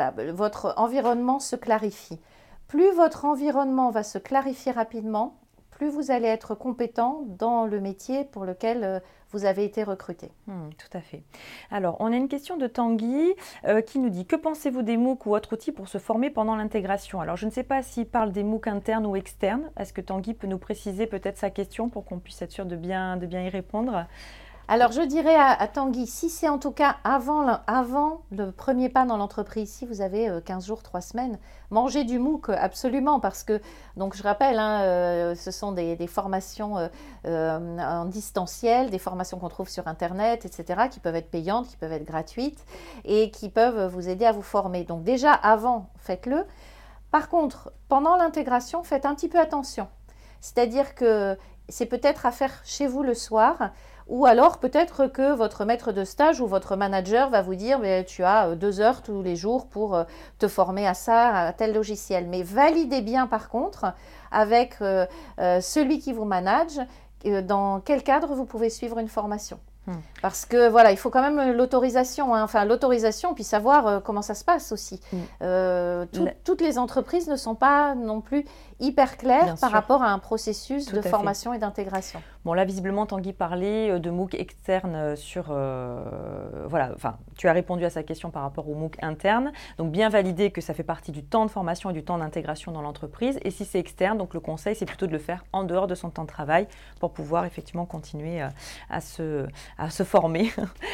Speaker 3: votre environnement se clarifie. Plus votre environnement va se clarifier rapidement, plus vous allez être compétent dans le métier pour lequel vous avez été recruté.
Speaker 2: Tout à fait. Alors, on a une question de Tanguy qui nous dit « Que pensez-vous des MOOC ou autres outils pour se former pendant l'intégration ?» Alors, je ne sais pas s'il parle des MOOC internes ou externes. Est-ce que Tanguy peut nous préciser peut-être sa question pour qu'on puisse être sûr de bien y répondre ?
Speaker 3: Alors, je dirais à Tanguy, si c'est en tout cas avant le premier pas dans l'entreprise, si vous avez 15 jours, 3 semaines, mangez du MOOC absolument parce que, donc je rappelle, ce sont des formations en distanciel, des formations qu'on trouve sur Internet, etc., qui peuvent être payantes, qui peuvent être gratuites et qui peuvent vous aider à vous former. Donc déjà, avant, faites-le. Par contre, pendant l'intégration, faites un petit peu attention. C'est-à-dire que c'est peut-être à faire chez vous le soir. Ou alors peut-être que votre maître de stage ou votre manager va vous dire tu as 2 heures tous les jours pour te former à ça, à tel logiciel. Mais validez bien par contre avec celui qui vous manage dans quel cadre vous pouvez suivre une formation. Parce que voilà, il faut quand même l'autorisation, enfin l'autorisation, puis savoir comment ça se passe aussi. Toutes les entreprises ne sont pas non plus hyper claires par rapport à un processus de formation et d'intégration.
Speaker 2: Bon, là, visiblement, Tanguy parlait de MOOC externe sur... voilà, enfin, tu as répondu à sa question par rapport au MOOC interne. Donc, bien valider que ça fait partie du temps de formation et du temps d'intégration dans l'entreprise. Et si c'est externe, donc le conseil, c'est plutôt de le faire en dehors de son temps de travail pour pouvoir effectivement continuer à se former.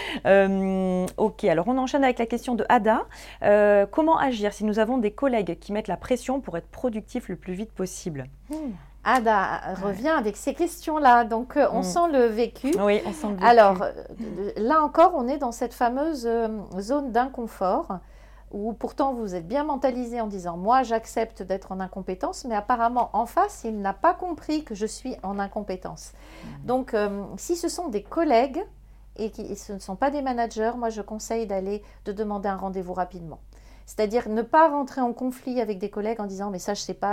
Speaker 2: Ok, alors on enchaîne avec la question de Ada. Comment agir si nous avons des collègues qui mettent la pression pour être productifs le plus vite possible?
Speaker 3: Ada revient avec ces questions-là, donc on sent le vécu.
Speaker 2: Oui, on sent le vécu.
Speaker 3: Alors, là encore, on est dans cette fameuse zone d'inconfort où pourtant vous êtes bien mentalisé en disant « moi j'accepte d'être en incompétence », mais apparemment en face, il n'a pas compris que je suis en incompétence. Donc, si ce sont des collègues et ce ne sont pas des managers, moi je conseille de demander un rendez-vous rapidement. C'est-à-dire ne pas rentrer en conflit avec des collègues en disant « mais ça je ne sais pas »,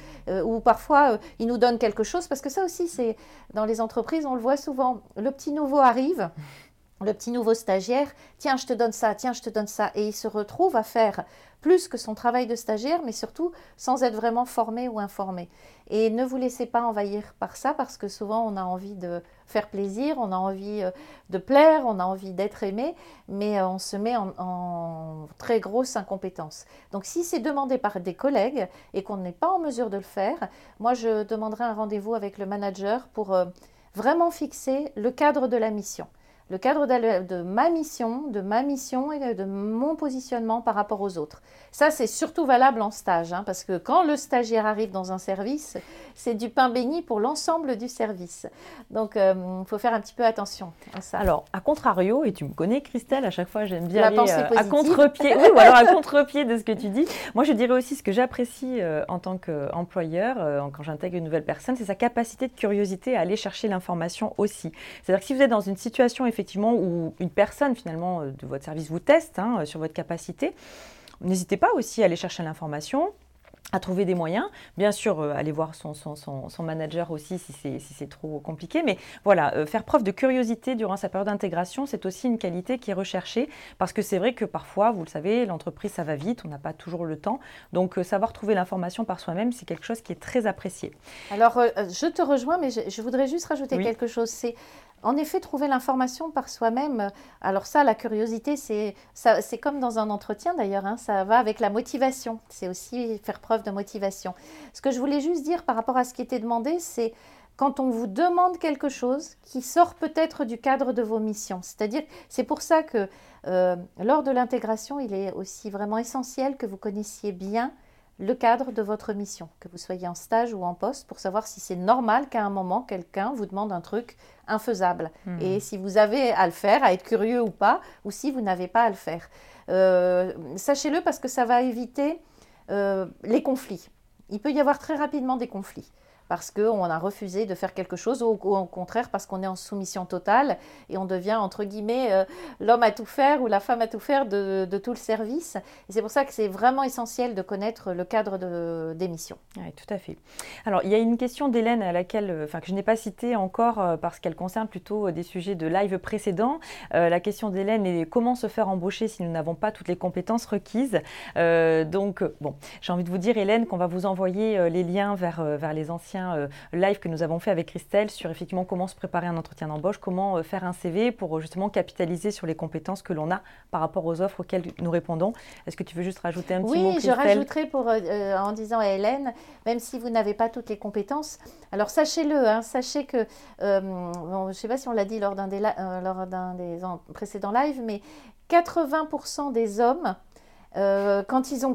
Speaker 3: ou parfois ils nous donnent quelque chose, parce que ça aussi, c'est dans les entreprises, on le voit souvent, le petit nouveau arrive, le petit nouveau stagiaire, « tiens je te donne ça, tiens je te donne ça », et il se retrouve à faire plus que son travail de stagiaire, mais surtout sans être vraiment formé ou informé. Et ne vous laissez pas envahir par ça, parce que souvent on a envie de faire plaisir, on a envie de plaire, on a envie d'être aimé, mais on se met en très grosse incompétence. Donc si c'est demandé par des collègues et qu'on n'est pas en mesure de le faire, moi je demanderai un rendez-vous avec le manager pour vraiment fixer le cadre de la mission. Le cadre de ma mission et de mon positionnement par rapport aux autres. Ça, c'est surtout valable en stage, parce que quand le stagiaire arrive dans un service, c'est du pain béni pour l'ensemble du service. Donc, il faut faire un petit peu attention à ça.
Speaker 2: Alors, à contrario, et tu me connais, Christelle, à chaque fois, j'aime bien aller
Speaker 3: à
Speaker 2: contre-pied. Oui, ou alors à contre-pied de ce que tu dis. Moi, je dirais aussi ce que j'apprécie en tant qu'employeur, quand j'intègre une nouvelle personne, c'est sa capacité de curiosité à aller chercher l'information aussi. C'est-à-dire que si vous êtes dans une situation, effectivement, où une personne, finalement, de votre service vous teste sur votre capacité, n'hésitez pas aussi à aller chercher l'information, à trouver des moyens. Bien sûr, aller voir son manager aussi si c'est trop compliqué. Mais voilà, faire preuve de curiosité durant sa période d'intégration, c'est aussi une qualité qui est recherchée. Parce que c'est vrai que parfois, vous le savez, l'entreprise, ça va vite, on n'a pas toujours le temps. Donc, savoir trouver l'information par soi-même, c'est quelque chose qui est très apprécié.
Speaker 3: Alors, je te rejoins, mais je voudrais juste rajouter quelque chose. C'est en effet trouver l'information par soi-même. Alors ça, la curiosité, c'est comme dans un entretien d'ailleurs, ça va avec la motivation. C'est aussi faire preuve de motivation. Ce que je voulais juste dire par rapport à ce qui était demandé, c'est quand on vous demande quelque chose qui sort peut-être du cadre de vos missions. C'est-à-dire, c'est pour ça que lors de l'intégration, il est aussi vraiment essentiel que vous connaissiez bien le cadre de votre mission, que vous soyez en stage ou en poste, pour savoir si c'est normal qu'à un moment, quelqu'un vous demande un truc infaisable. Et si vous avez à le faire, à être curieux ou pas, ou si vous n'avez pas à le faire. Sachez-le parce que ça va éviter les conflits. Il peut y avoir très rapidement des conflits. Parce qu'on a refusé de faire quelque chose, ou au contraire parce qu'on est en soumission totale et on devient, entre guillemets, l'homme à tout faire ou la femme à tout faire de tout le service. Et c'est pour ça que c'est vraiment essentiel de connaître le cadre des missions.
Speaker 2: Oui, tout à fait. Alors, il y a une question d'Hélène que je n'ai pas citée encore parce qu'elle concerne plutôt des sujets de live précédents. La question d'Hélène est comment se faire embaucher si nous n'avons pas toutes les compétences requises. J'ai envie de vous dire, Hélène, qu'on va vous envoyer les liens vers les anciens l'entretien live que nous avons fait avec Christelle sur effectivement comment se préparer un entretien d'embauche, comment faire un CV pour justement capitaliser sur les compétences que l'on a par rapport aux offres auxquelles nous répondons. Est-ce que tu veux juste rajouter un petit mot,
Speaker 3: Oui, je
Speaker 2: Christelle?
Speaker 3: rajouterai en disant à Hélène, même si vous n'avez pas toutes les compétences, alors sachez-le, hein, sachez que, je ne sais pas si on l'a dit lors d'un des précédents lives, mais 80% des hommes, quand ils ont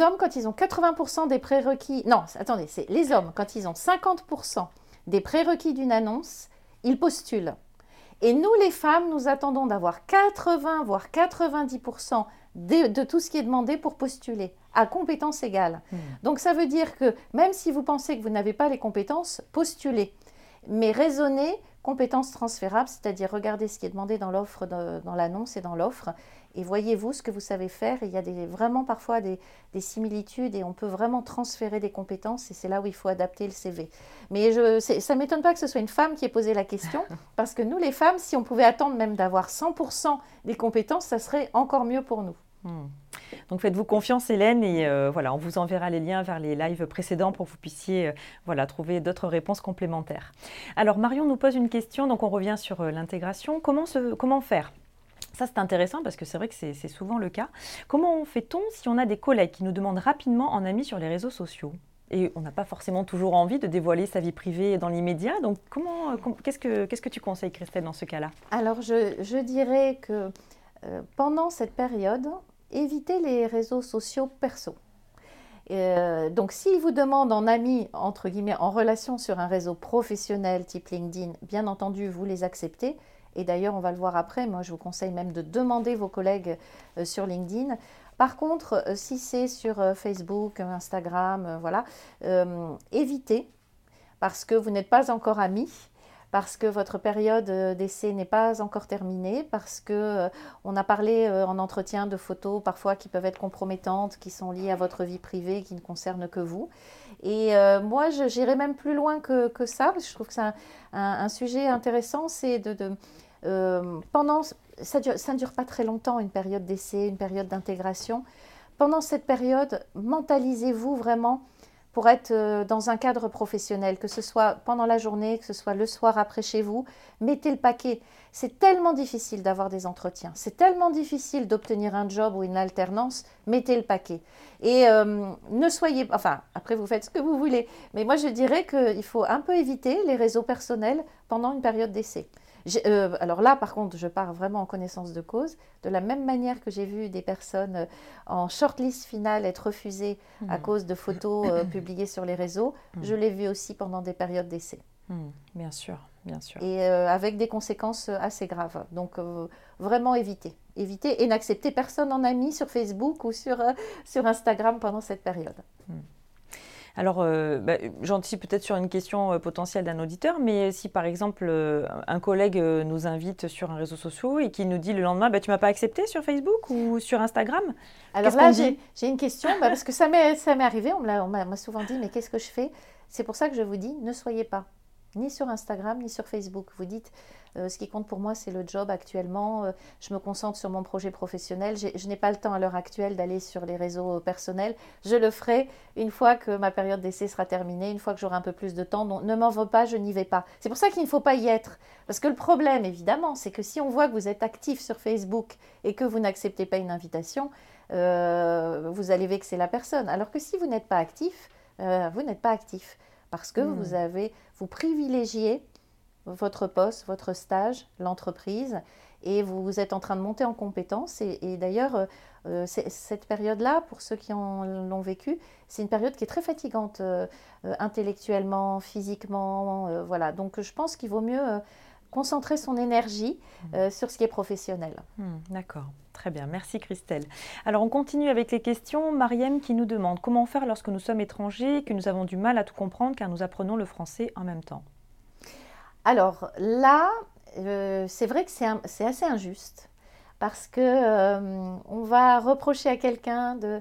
Speaker 3: 80% des prérequis, non, attendez, c'est les hommes, quand ils ont 50% des prérequis d'une annonce, ils postulent. Et nous, les femmes, nous attendons d'avoir 80, voire 90% de tout ce qui est demandé pour postuler, à compétences égales. Donc, ça veut dire que même si vous pensez que vous n'avez pas les compétences, postulez. Mais raisonnez compétences transférables, c'est-à-dire regardez ce qui est demandé dans l'offre, dans l'annonce et dans l'offre, et voyez-vous ce que vous savez faire. Il y a vraiment parfois des similitudes et on peut vraiment transférer des compétences et c'est là où il faut adapter le CV. Mais ça ne m'étonne pas que ce soit une femme qui ait posé la question, parce que nous les femmes, si on pouvait attendre même d'avoir 100% des compétences, ça serait encore mieux pour nous.
Speaker 2: Donc faites-vous confiance, Hélène, et voilà, on vous enverra les liens vers les lives précédents pour que vous puissiez trouver d'autres réponses complémentaires. Alors Marion nous pose une question, donc on revient sur l'intégration. Comment faire ? Ça, c'est intéressant parce que c'est vrai que c'est souvent le cas. Comment fait-on si on a des collègues qui nous demandent rapidement en ami sur les réseaux sociaux ? Et on n'a pas forcément toujours envie de dévoiler sa vie privée dans l'immédiat. Donc qu'est-ce que tu conseilles, Christelle, dans ce cas-là ?
Speaker 3: Alors je dirais que pendant cette période, évitez les réseaux sociaux perso. Donc, s'ils vous demandent en ami, entre guillemets, en relation sur un réseau professionnel type LinkedIn, bien entendu, vous les acceptez. Et d'ailleurs, on va le voir après, moi je vous conseille même de demander vos collègues sur LinkedIn. Par contre, si c'est sur Facebook, Instagram, évitez, parce que vous n'êtes pas encore amis, parce que votre période d'essai n'est pas encore terminée, parce qu'on a parlé en entretien de photos parfois qui peuvent être compromettantes, qui sont liées à votre vie privée, qui ne concernent que vous. Et moi, j'irais même plus loin que ça, parce que je trouve que c'est un sujet intéressant, c'est ça ne dure pas très longtemps, une période d'essai, une période d'intégration. Pendant cette période, mentalisez-vous vraiment pour être dans un cadre professionnel, que ce soit pendant la journée, que ce soit le soir après chez vous, mettez le paquet. C'est tellement difficile d'avoir des entretiens, c'est tellement difficile d'obtenir un job ou une alternance, mettez le paquet. Et ne soyez, enfin, après vous faites ce que vous voulez, mais moi je dirais qu'il faut un peu éviter les réseaux personnels pendant une période d'essai. Alors là, par contre, je pars vraiment en connaissance de cause. De la même manière que j'ai vu des personnes en shortlist finale être refusées à cause de photos publiées sur les réseaux, je l'ai vu aussi pendant des périodes d'essai.
Speaker 2: Bien sûr, bien sûr.
Speaker 3: Et avec des conséquences assez graves. Donc, vraiment évitez. Évitez et n'acceptez personne en ami sur Facebook ou sur Instagram pendant cette période.
Speaker 2: Alors, j'anticipe peut-être sur une question potentielle d'un auditeur, mais si par exemple un collègue nous invite sur un réseau social et qu'il nous dit le lendemain, tu ne m'as pas accepté sur Facebook ou sur Instagram ?
Speaker 3: Alors là, j'ai une question, parce que ça m'est arrivé, on m'a souvent dit, mais qu'est-ce que je fais ? C'est pour ça que je vous dis, ne soyez pas ni sur Instagram, ni sur Facebook. Vous dites, ce qui compte pour moi, c'est le job actuellement. Je me concentre sur mon projet professionnel. Je n'ai pas le temps à l'heure actuelle d'aller sur les réseaux personnels. Je le ferai une fois que ma période d'essai sera terminée, une fois que j'aurai un peu plus de temps. Donc, ne m'en veux pas, je n'y vais pas. C'est pour ça qu'il ne faut pas y être. Parce que le problème, évidemment, c'est que si on voit que vous êtes actif sur Facebook et que vous n'acceptez pas une invitation, vous allez vexer la personne. Alors que si vous n'êtes pas actif, vous n'êtes pas actif. Parce que vous privilégiez votre poste, votre stage, l'entreprise, et vous êtes en train de monter en compétences. Et d'ailleurs, cette période-là, pour ceux qui l'ont vécu, c'est une période qui est très fatigante, intellectuellement, physiquement. Voilà. Donc, je pense qu'il vaut mieux concentrer son énergie sur ce qui est professionnel.
Speaker 2: D'accord. Très bien, merci Christelle. Alors on continue avec les questions. Mariem qui nous demande comment faire lorsque nous sommes étrangers, que nous avons du mal à tout comprendre car nous apprenons le français en même temps.
Speaker 3: Alors là, c'est vrai que c'est assez injuste parce que on va reprocher à quelqu'un de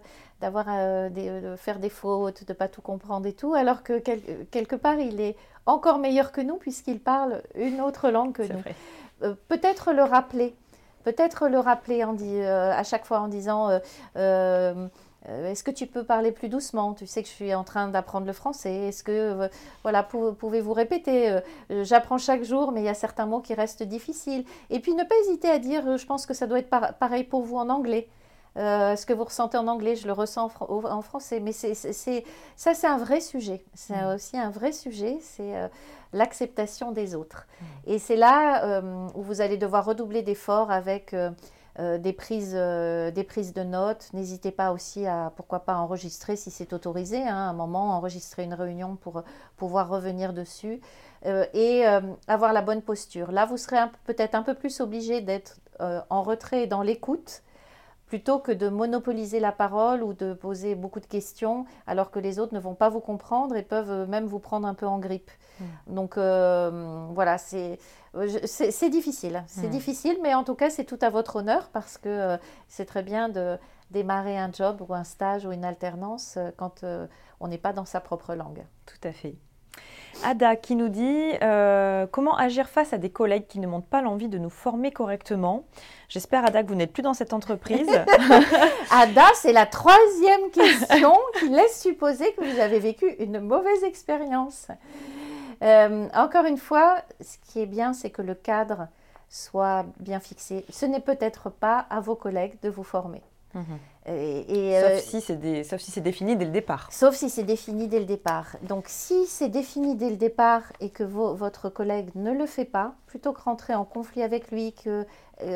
Speaker 3: faire des fautes, de ne pas tout comprendre et tout, alors que quelque part il est encore meilleur que nous puisqu'il parle une autre langue que nous. Peut-être le rappeler à chaque fois en disant Est-ce que tu peux parler plus doucement? Tu sais que je suis en train d'apprendre le français. Est-ce que, voilà, pouvez-vous répéter? J'apprends chaque jour, mais il y a certains mots qui restent difficiles. Et puis ne pas hésiter à dire, je pense que ça doit être pareil pour vous en anglais. Ce que vous ressentez en anglais, je le ressens en français. Mais ça, c'est un vrai sujet. C'est aussi un vrai sujet, c'est l'acceptation des autres. Et c'est là où vous allez devoir redoubler d'efforts avec des prises de notes. N'hésitez pas aussi à, pourquoi pas, enregistrer si c'est autorisé, hein, à un moment, enregistrer une réunion pour pouvoir revenir dessus et avoir la bonne posture. Là, vous serez peut-être un peu plus obligé d'être en retrait et dans l'écoute, plutôt que de monopoliser la parole ou de poser beaucoup de questions alors que les autres ne vont pas vous comprendre et peuvent même vous prendre un peu en grippe. Donc voilà, c'est difficile. C'est difficile, mais en tout cas, c'est tout à votre honneur parce que c'est très bien de démarrer un job ou un stage ou une alternance quand on n'est pas dans sa propre langue.
Speaker 2: Tout à fait. Ada qui nous dit comment agir face à des collègues qui ne montrent pas l'envie de nous former correctement. J'espère, Ada, que vous n'êtes plus dans cette entreprise.
Speaker 3: Ada, c'est la 3e question qui laisse supposer que vous avez vécu une mauvaise expérience. Encore une fois, ce qui est bien, c'est que le cadre soit bien fixé. Ce n'est peut-être pas à vos collègues de vous former.
Speaker 2: Sauf si c'est défini dès le départ.
Speaker 3: Sauf si c'est défini dès le départ. Donc, si c'est défini dès le départ et que votre collègue ne le fait pas, plutôt que rentrer en conflit avec lui, que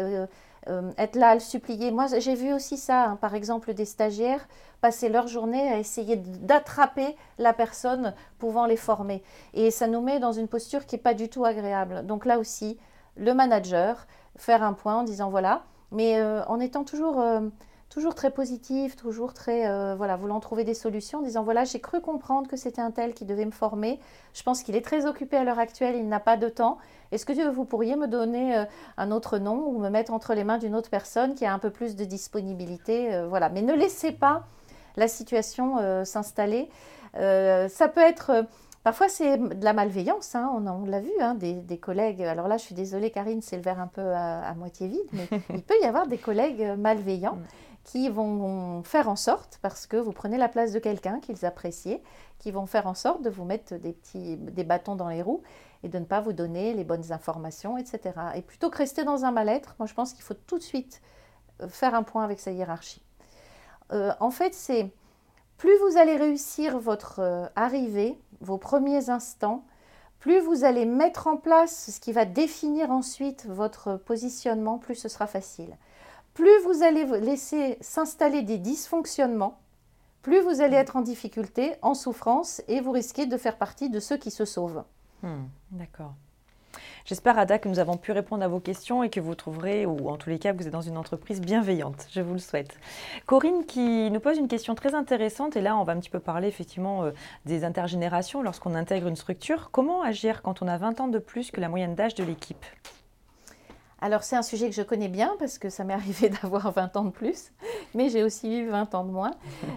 Speaker 3: être là à le supplier. Moi, j'ai vu aussi ça, hein, par exemple, des stagiaires passer leur journée à essayer d'attraper la personne pouvant les former. Et ça nous met dans une posture qui n'est pas du tout agréable. Donc là aussi, le manager, faire un point en disant voilà, mais en étant toujours très positif, toujours très, voulant trouver des solutions, en disant voilà, j'ai cru comprendre que c'était un tel qui devait me former. Je pense qu'il est très occupé à l'heure actuelle, il n'a pas de temps. Est-ce que vous pourriez me donner un autre nom ou me mettre entre les mains d'une autre personne qui a un peu plus de disponibilité, voilà. Mais ne laissez pas la situation s'installer. Ça peut être... Parfois, c'est de la malveillance, hein, on l'a vu, hein, des collègues. Alors là, je suis désolée, Karine, c'est le verre un peu à moitié vide, mais il peut y avoir des collègues malveillants qui vont faire en sorte, parce que vous prenez la place de quelqu'un qu'ils appréciaient, qui vont faire en sorte de vous mettre des bâtons dans les roues et de ne pas vous donner les bonnes informations, etc. Et plutôt que rester dans un mal-être, moi, je pense qu'il faut tout de suite faire un point avec sa hiérarchie. En fait, c'est plus vous allez réussir votre arrivée, vos premiers instants, plus vous allez mettre en place ce qui va définir ensuite votre positionnement, plus ce sera facile. Plus vous allez laisser s'installer des dysfonctionnements, plus vous allez être en difficulté, en souffrance, et vous risquez de faire partie de ceux qui se sauvent.
Speaker 2: D'accord. J'espère, Ada, que nous avons pu répondre à vos questions et que vous trouverez, ou en tous les cas, que vous êtes dans une entreprise bienveillante. Je vous le souhaite. Corinne qui nous pose une question très intéressante, et là, on va un petit peu parler effectivement des intergénérations lorsqu'on intègre une structure. Comment agir quand on a 20 ans de plus que la moyenne d'âge de l'équipe ?
Speaker 3: Alors, c'est un sujet que je connais bien parce que ça m'est arrivé d'avoir 20 ans de plus, mais j'ai aussi eu 20 ans de moins.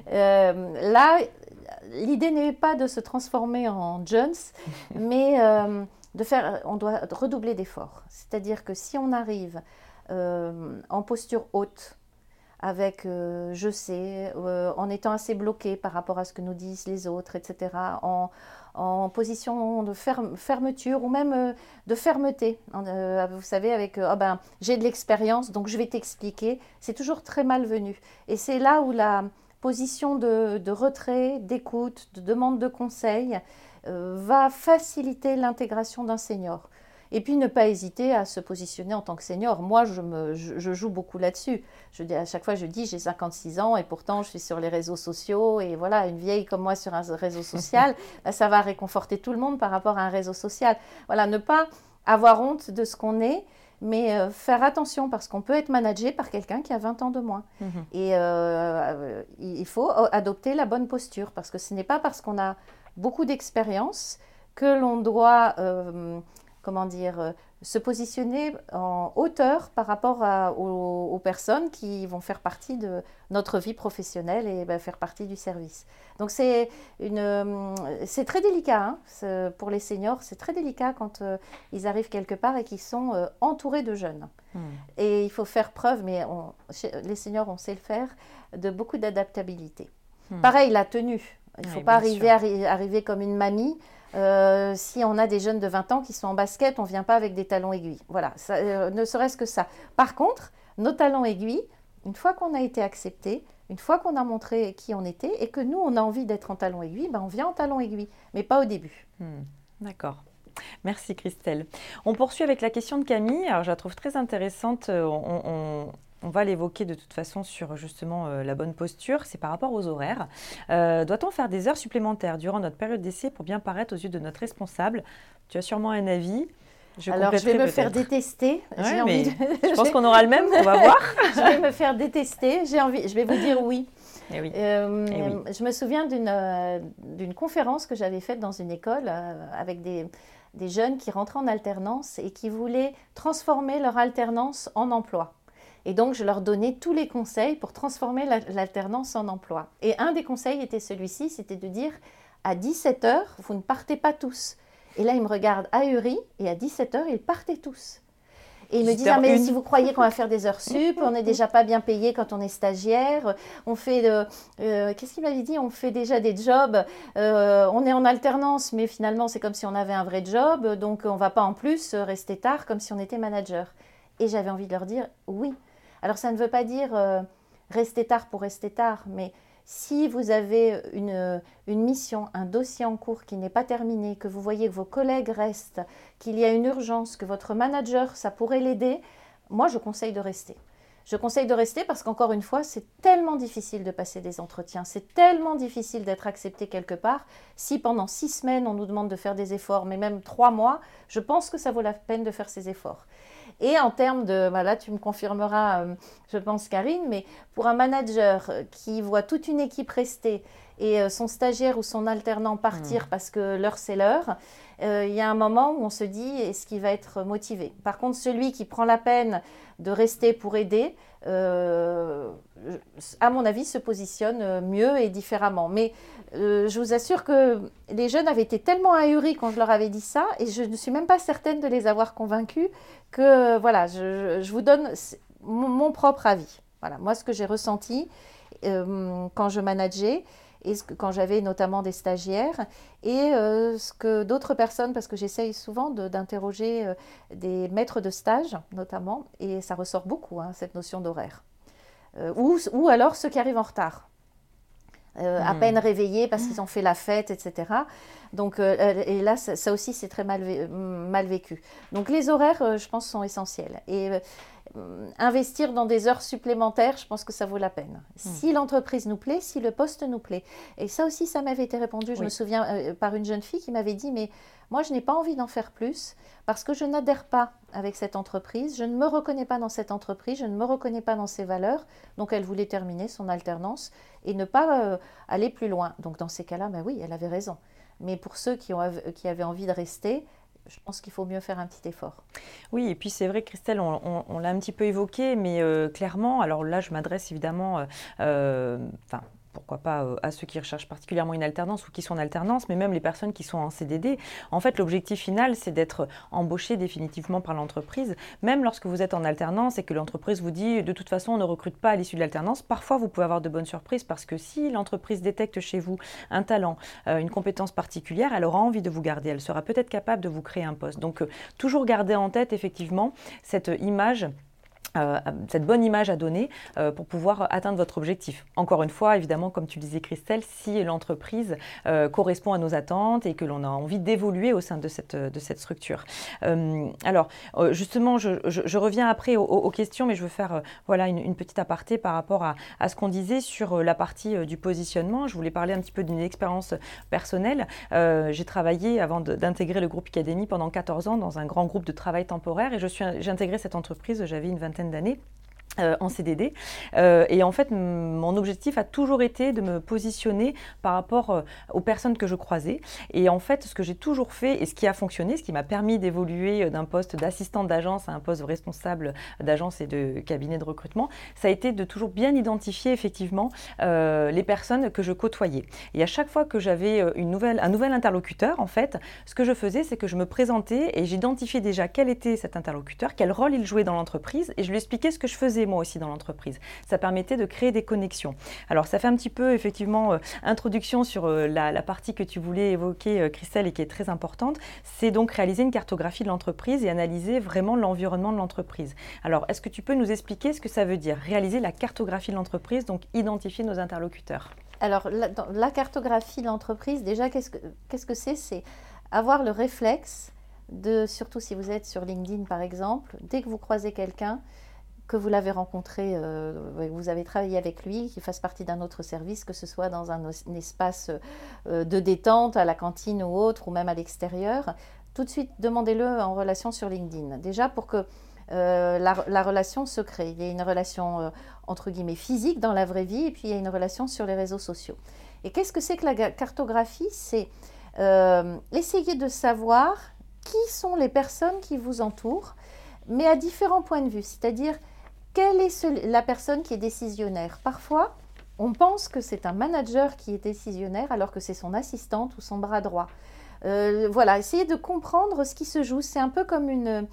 Speaker 3: Là, l'idée n'est pas de se transformer en Jones, mais... on doit redoubler d'efforts. C'est-à-dire que si on arrive en posture haute, avec je sais, en étant assez bloqué par rapport à ce que nous disent les autres, etc., en position de fermeture ou même de fermeté, vous savez, avec j'ai de l'expérience, donc je vais t'expliquer, c'est toujours très malvenu. Et c'est là où la position de retrait, d'écoute, de demande de conseil va faciliter l'intégration d'un senior. Et puis ne pas hésiter à se positionner en tant que senior. Moi, je joue beaucoup là-dessus. À chaque fois, je dis j'ai 56 ans et pourtant je suis sur les réseaux sociaux. Et voilà, une vieille comme moi sur un réseau social, ça va réconforter tout le monde par rapport à un réseau social. Voilà, ne pas avoir honte de ce qu'on est, mais faire attention parce qu'on peut être managé par quelqu'un qui a 20 ans de moins. Et il faut adopter la bonne posture parce que ce n'est pas parce qu'on a beaucoup d'expérience que l'on doit se positionner en hauteur par rapport aux personnes qui vont faire partie de notre vie professionnelle et faire partie du service. Donc c'est très délicat, hein, pour les seniors, c'est très délicat quand ils arrivent quelque part et qu'ils sont entourés de jeunes. Et il faut faire preuve, mais les seniors, on sait le faire, de beaucoup d'adaptabilité. Pareil, la tenue. Il ne faut pas arriver comme une mamie. Si on a des jeunes de 20 ans qui sont en basket, on ne vient pas avec des talons aiguilles. Voilà, ne serait-ce que ça. Par contre, nos talons aiguilles, une fois qu'on a été accepté, une fois qu'on a montré qui on était et que nous, on a envie d'être en talons aiguilles, on vient en talons aiguilles, mais pas au début.
Speaker 2: D'accord. Merci Christelle. On poursuit avec la question de Camille. Alors, je la trouve très intéressante. On va l'évoquer de toute façon sur justement la bonne posture. C'est par rapport aux horaires. Doit-on faire des heures supplémentaires durant notre période d'essai pour bien paraître aux yeux de notre responsable? Tu as sûrement un avis.
Speaker 3: Alors, je vais me faire détester.
Speaker 2: Ouais, je pense qu'on aura le même, on va voir.
Speaker 3: Je vais me faire détester. Je vais vous dire oui.
Speaker 2: Eh oui.
Speaker 3: Je me souviens d'une conférence que j'avais faite dans une école avec des jeunes qui rentraient en alternance et qui voulaient transformer leur alternance en emploi. Et donc, je leur donnais tous les conseils pour transformer l'alternance en emploi. Et un des conseils était celui-ci, c'était de dire à 17h, vous ne partez pas tous. Et là, ils me regardent ahuris et à 17h, ils partaient tous. Et ils me disent, mais si vous croyez qu'on va faire des heures sup, on n'est déjà pas bien payé quand on est stagiaire, on fait, qu'est-ce qu'il m'avait dit, on fait déjà des jobs, on est en alternance, mais finalement c'est comme si on avait un vrai job, donc on ne va pas en plus rester tard comme si on était manager. Et j'avais envie de leur dire, oui. Alors ça ne veut pas dire rester tard pour rester tard, mais si vous avez une mission, un dossier en cours qui n'est pas terminé, que vous voyez que vos collègues restent, qu'il y a une urgence, que votre manager, ça pourrait l'aider, moi je conseille de rester. Je conseille de rester parce qu'encore une fois, c'est tellement difficile de passer des entretiens, c'est tellement difficile d'être accepté quelque part. Si pendant 6 semaines, on nous demande de faire des efforts, mais même 3 mois, je pense que ça vaut la peine de faire ces efforts. Et en termes de, là tu me confirmeras, je pense Karine, mais pour un manager qui voit toute une équipe rester et son stagiaire ou son alternant partir parce que l'heure c'est l'heure, il y a un moment où on se dit est-ce qu'il va être motivé. Par contre, celui qui prend la peine de rester pour aider, à mon avis, se positionne mieux et différemment. Mais je vous assure que les jeunes avaient été tellement ahuris quand je leur avais dit ça, et je ne suis même pas certaine de les avoir convaincus, que voilà, je vous donne mon propre avis. Voilà, moi, ce que j'ai ressenti quand je manageais, et quand j'avais notamment des stagiaires, et ce que d'autres personnes, parce que j'essaye souvent d'interroger des maîtres de stage notamment, et ça ressort beaucoup, cette notion d'horaire. Ou alors ceux qui arrivent en retard, à peine réveillés parce qu'ils ont fait la fête, etc. Donc, et là, ça aussi, c'est très mal vécu. Donc, les horaires, je pense, sont essentiels. Et investir dans des heures supplémentaires, je pense que ça vaut la peine. Si l'entreprise nous plaît, si le poste nous plaît. Et ça aussi, ça m'avait été répondu, je me souviens, par une jeune fille qui m'avait dit, mais moi, je n'ai pas envie d'en faire plus parce que je n'adhère pas avec cette entreprise, je ne me reconnais pas dans cette entreprise, je ne me reconnais pas dans ses valeurs. Donc, elle voulait terminer son alternance et ne pas aller plus loin. Donc, dans ces cas-là, oui, elle avait raison. Mais pour ceux qui avaient envie de rester, je pense qu'il faut mieux faire un petit effort.
Speaker 2: Oui, et puis c'est vrai, Christelle, on l'a un petit peu évoqué, mais clairement, alors là, je m'adresse évidemment, pourquoi pas à ceux qui recherchent particulièrement une alternance ou qui sont en alternance, mais même les personnes qui sont en CDD. En fait, l'objectif final, c'est d'être embauché définitivement par l'entreprise. Même lorsque vous êtes en alternance et que l'entreprise vous dit de toute façon, on ne recrute pas à l'issue de l'alternance, parfois vous pouvez avoir de bonnes surprises parce que si l'entreprise détecte chez vous un talent, une compétence particulière, elle aura envie de vous garder. Elle sera peut-être capable de vous créer un poste. Donc, toujours garder en tête effectivement cette image, cette bonne image à donner pour pouvoir atteindre votre objectif. Encore une fois, évidemment, comme tu le disais Christelle, si l'entreprise correspond à nos attentes et que l'on a envie d'évoluer au sein de cette structure. Alors, justement, je reviens après aux questions, mais je veux faire une petite aparté par rapport à ce qu'on disait sur la partie du positionnement. Je voulais parler un petit peu d'une expérience personnelle. J'ai travaillé avant d'intégrer le groupe Icademy pendant 14 ans dans un grand groupe de travail temporaire et j'ai intégré cette entreprise, j'avais une vingtaine d'années. en CDD. Et en fait, mon objectif a toujours été de me positionner par rapport aux personnes que je croisais. Et en fait, ce que j'ai toujours fait et ce qui a fonctionné, ce qui m'a permis d'évoluer d'un poste d'assistante d'agence à un poste de responsable d'agence et de cabinet de recrutement, ça a été de toujours bien identifier effectivement les personnes que je côtoyais. Et à chaque fois que j'avais un nouvel interlocuteur, en fait, ce que je faisais, c'est que je me présentais et j'identifiais déjà quel était cet interlocuteur, quel rôle il jouait dans l'entreprise et je lui expliquais ce que je faisais moi aussi dans l'entreprise. Ça permettait de créer des connexions. Alors ça fait un petit peu effectivement introduction sur la partie que tu voulais évoquer Christelle et qui est très importante, c'est donc réaliser une cartographie de l'entreprise et analyser vraiment l'environnement de l'entreprise. Alors est-ce que tu peux nous expliquer ce que ça veut dire, réaliser la cartographie de l'entreprise, donc identifier nos interlocuteurs?
Speaker 3: Alors la cartographie de l'entreprise, déjà qu'est-ce que c'est? C'est avoir le réflexe de, surtout si vous êtes sur LinkedIn par exemple, dès que vous croisez quelqu'un, que vous l'avez rencontré, vous avez travaillé avec lui, qu'il fasse partie d'un autre service, que ce soit dans un espace de détente, à la cantine ou autre, ou même à l'extérieur, tout de suite demandez-le en relation sur LinkedIn. Déjà pour que la relation se crée. Il y a une relation entre guillemets physique dans la vraie vie et puis il y a une relation sur les réseaux sociaux. Et qu'est-ce que c'est que la cartographie? C'est essayer de savoir qui sont les personnes qui vous entourent, mais à différents points de vue, c'est-à-dire quelle est la personne qui est décisionnaire. Parfois, on pense que c'est un manager qui est décisionnaire alors que c'est son assistante ou son bras droit. Voilà, essayer de comprendre ce qui se joue. C'est un peu comme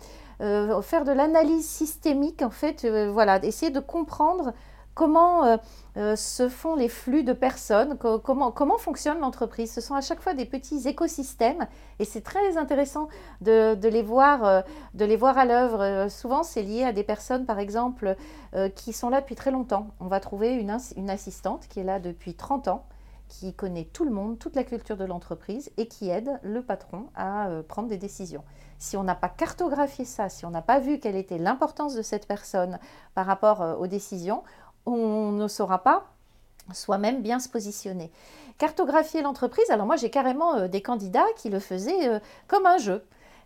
Speaker 3: faire de l'analyse systémique, en fait. Voilà, essayer de comprendre comment se font les flux de personnes, comment fonctionne l'entreprise. Ce sont à chaque fois des petits écosystèmes et c'est très intéressant de les voir à l'œuvre. Souvent, c'est lié à des personnes, par exemple, qui sont là depuis très longtemps. On va trouver une assistante qui est là depuis 30 ans, qui connaît tout le monde, toute la culture de l'entreprise et qui aide le patron à prendre des décisions. Si on n'a pas cartographié ça, si on n'a pas vu quelle était l'importance de cette personne par rapport aux décisions, on ne saura pas soi-même bien se positionner. Cartographier l'entreprise, alors moi j'ai carrément des candidats qui le faisaient comme un jeu.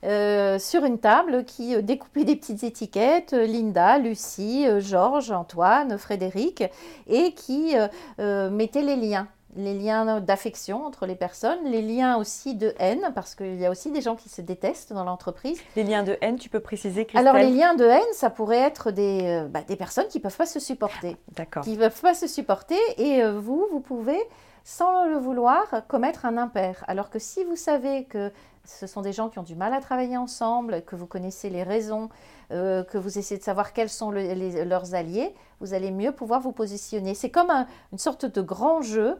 Speaker 3: Sur une table qui découpait des petites étiquettes, Linda, Lucie, Georges, Antoine, Frédéric, et qui mettaient les liens d'affection entre les personnes, les liens aussi de haine, parce qu'il y a aussi des gens qui se détestent dans l'entreprise.
Speaker 2: Les liens de haine, tu peux préciser, Christelle?
Speaker 3: Alors, les liens de haine, ça pourrait être des personnes qui ne peuvent pas se supporter.
Speaker 2: D'accord.
Speaker 3: Qui ne peuvent pas se supporter et vous pouvez, sans le vouloir, commettre un impair. Alors que si vous savez que ce sont des gens qui ont du mal à travailler ensemble, que vous connaissez les raisons, que vous essayez de savoir quels sont leurs alliés, vous allez mieux pouvoir vous positionner. C'est comme une sorte de grand jeu.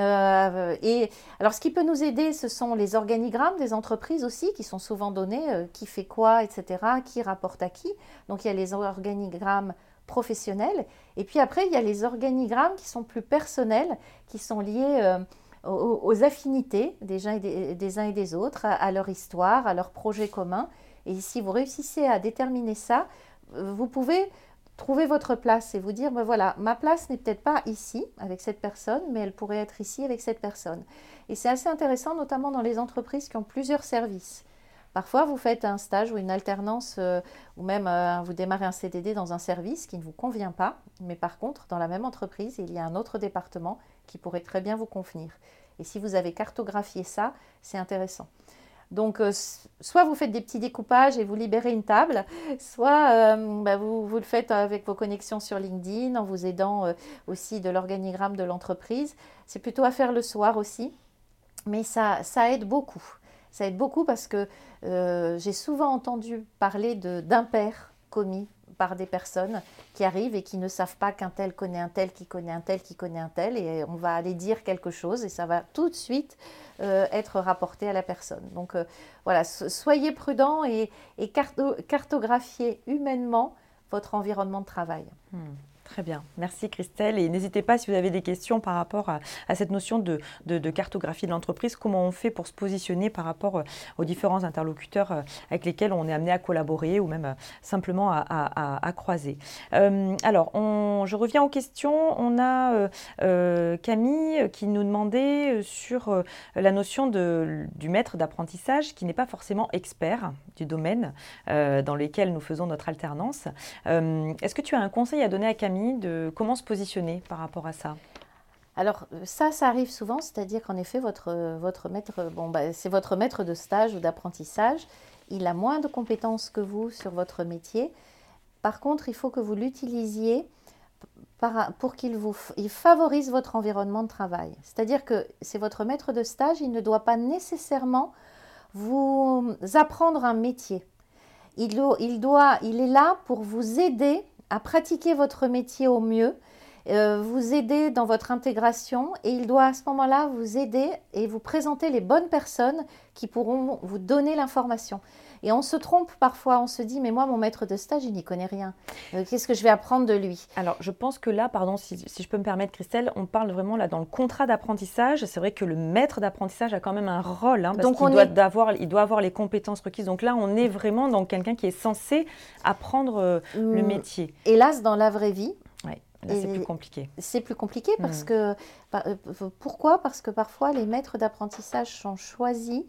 Speaker 3: Et alors, ce qui peut nous aider, ce sont les organigrammes des entreprises aussi, qui sont souvent donnés, qui fait quoi, etc., qui rapporte à qui. Donc, il y a les organigrammes professionnels. Et puis après, il y a les organigrammes qui sont plus personnels, qui sont liés aux affinités des uns et des autres, à leur histoire, à leurs projets communs. Et si vous réussissez à déterminer ça, vous pouvez trouver votre place et vous dire, ben voilà, ma place n'est peut-être pas ici avec cette personne, mais elle pourrait être ici avec cette personne. Et c'est assez intéressant, notamment dans les entreprises qui ont plusieurs services. Parfois, vous faites un stage ou une alternance ou même vous démarrez un CDD dans un service qui ne vous convient pas, mais par contre, dans la même entreprise, il y a un autre département qui pourrait très bien vous convenir. Et si vous avez cartographié ça, c'est intéressant. Donc, soit vous faites des petits découpages et vous libérez une table, soit vous le faites avec vos connexions sur LinkedIn, en vous aidant aussi de l'organigramme de l'entreprise. C'est plutôt à faire le soir aussi, mais ça aide beaucoup. Ça aide beaucoup parce que j'ai souvent entendu parler d'impairs commis par des personnes qui arrivent et qui ne savent pas qu'un tel connaît un tel, qui connaît un tel, qui connaît un tel, et on va aller dire quelque chose et ça va tout de suite être rapporté à la personne. Donc voilà, soyez prudents et cartographiez humainement votre environnement de travail.
Speaker 2: Très bien, merci Christelle. Et n'hésitez pas si vous avez des questions par rapport à cette notion de cartographie de l'entreprise, comment on fait pour se positionner par rapport aux différents interlocuteurs avec lesquels on est amené à collaborer ou même simplement à croiser. Alors, je reviens aux questions. On a Camille qui nous demandait sur la notion du maître d'apprentissage qui n'est pas forcément expert du domaine dans lesquels nous faisons notre alternance. Est-ce que tu as un conseil à donner à Camille de comment se positionner par rapport à ça ?
Speaker 3: Alors ça arrive souvent, c'est-à-dire qu'en effet, votre maître, c'est votre maître de stage ou d'apprentissage, il a moins de compétences que vous sur votre métier. Par contre, il faut que vous l'utilisiez pour qu'il favorise votre environnement de travail. C'est-à-dire que c'est votre maître de stage, il ne doit pas nécessairement vous apprendre un métier. Il est là pour vous aider à pratiquer votre métier au mieux, vous aider dans votre intégration, et il doit à ce moment-là vous aider et vous présenter les bonnes personnes qui pourront vous donner l'information. Et on se trompe parfois, on se dit mais moi mon maître de stage il n'y connaît rien, qu'est-ce que je vais apprendre de lui ?
Speaker 2: Alors je pense que là, pardon si je peux me permettre Christelle, on parle vraiment là dans le contrat d'apprentissage. C'est vrai que le maître d'apprentissage a quand même un rôle, parce
Speaker 3: donc
Speaker 2: il doit avoir les compétences requises. Donc là on est vraiment dans quelqu'un qui est censé apprendre le métier.
Speaker 3: Hélas dans la vraie vie,
Speaker 2: là, c'est plus compliqué.
Speaker 3: C'est plus compliqué parce que... Pourquoi ? Parce que parfois, les maîtres d'apprentissage sont choisis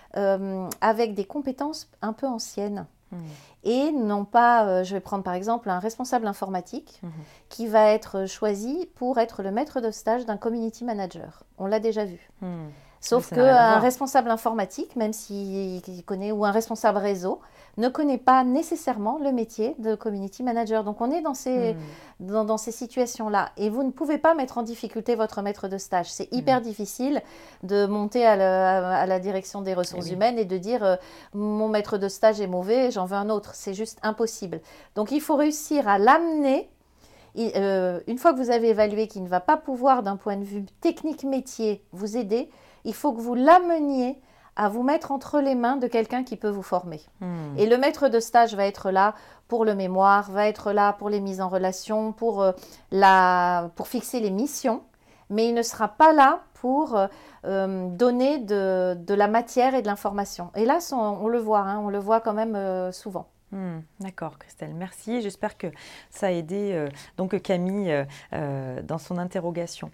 Speaker 3: avec des compétences un peu anciennes. Et non pas, je vais prendre par exemple un responsable informatique qui va être choisi pour être le maître de stage d'un community manager. On l'a déjà vu. Sauf qu'un responsable informatique, même s'il connaît, ou un responsable réseau, ne connaît pas nécessairement le métier de community manager. Donc on est dans ces situations-là. Et vous ne pouvez pas mettre en difficulté votre maître de stage. C'est hyper difficile de monter à la direction des ressources humaines et de dire mon maître de stage est mauvais, j'en veux un autre. C'est juste impossible. Donc il faut réussir à l'amener. Une fois que vous avez évalué qu'il ne va pas pouvoir, d'un point de vue technique métier, vous aider, il faut que vous l'ameniez à vous mettre entre les mains de quelqu'un qui peut vous former. Et le maître de stage va être là pour le mémoire, va être là pour les mises en relation, pour fixer les missions, mais il ne sera pas là pour donner de la matière et de l'information. Et là, on le voit quand même souvent.
Speaker 2: D'accord Christelle, merci. J'espère que ça a aidé donc Camille dans son interrogation.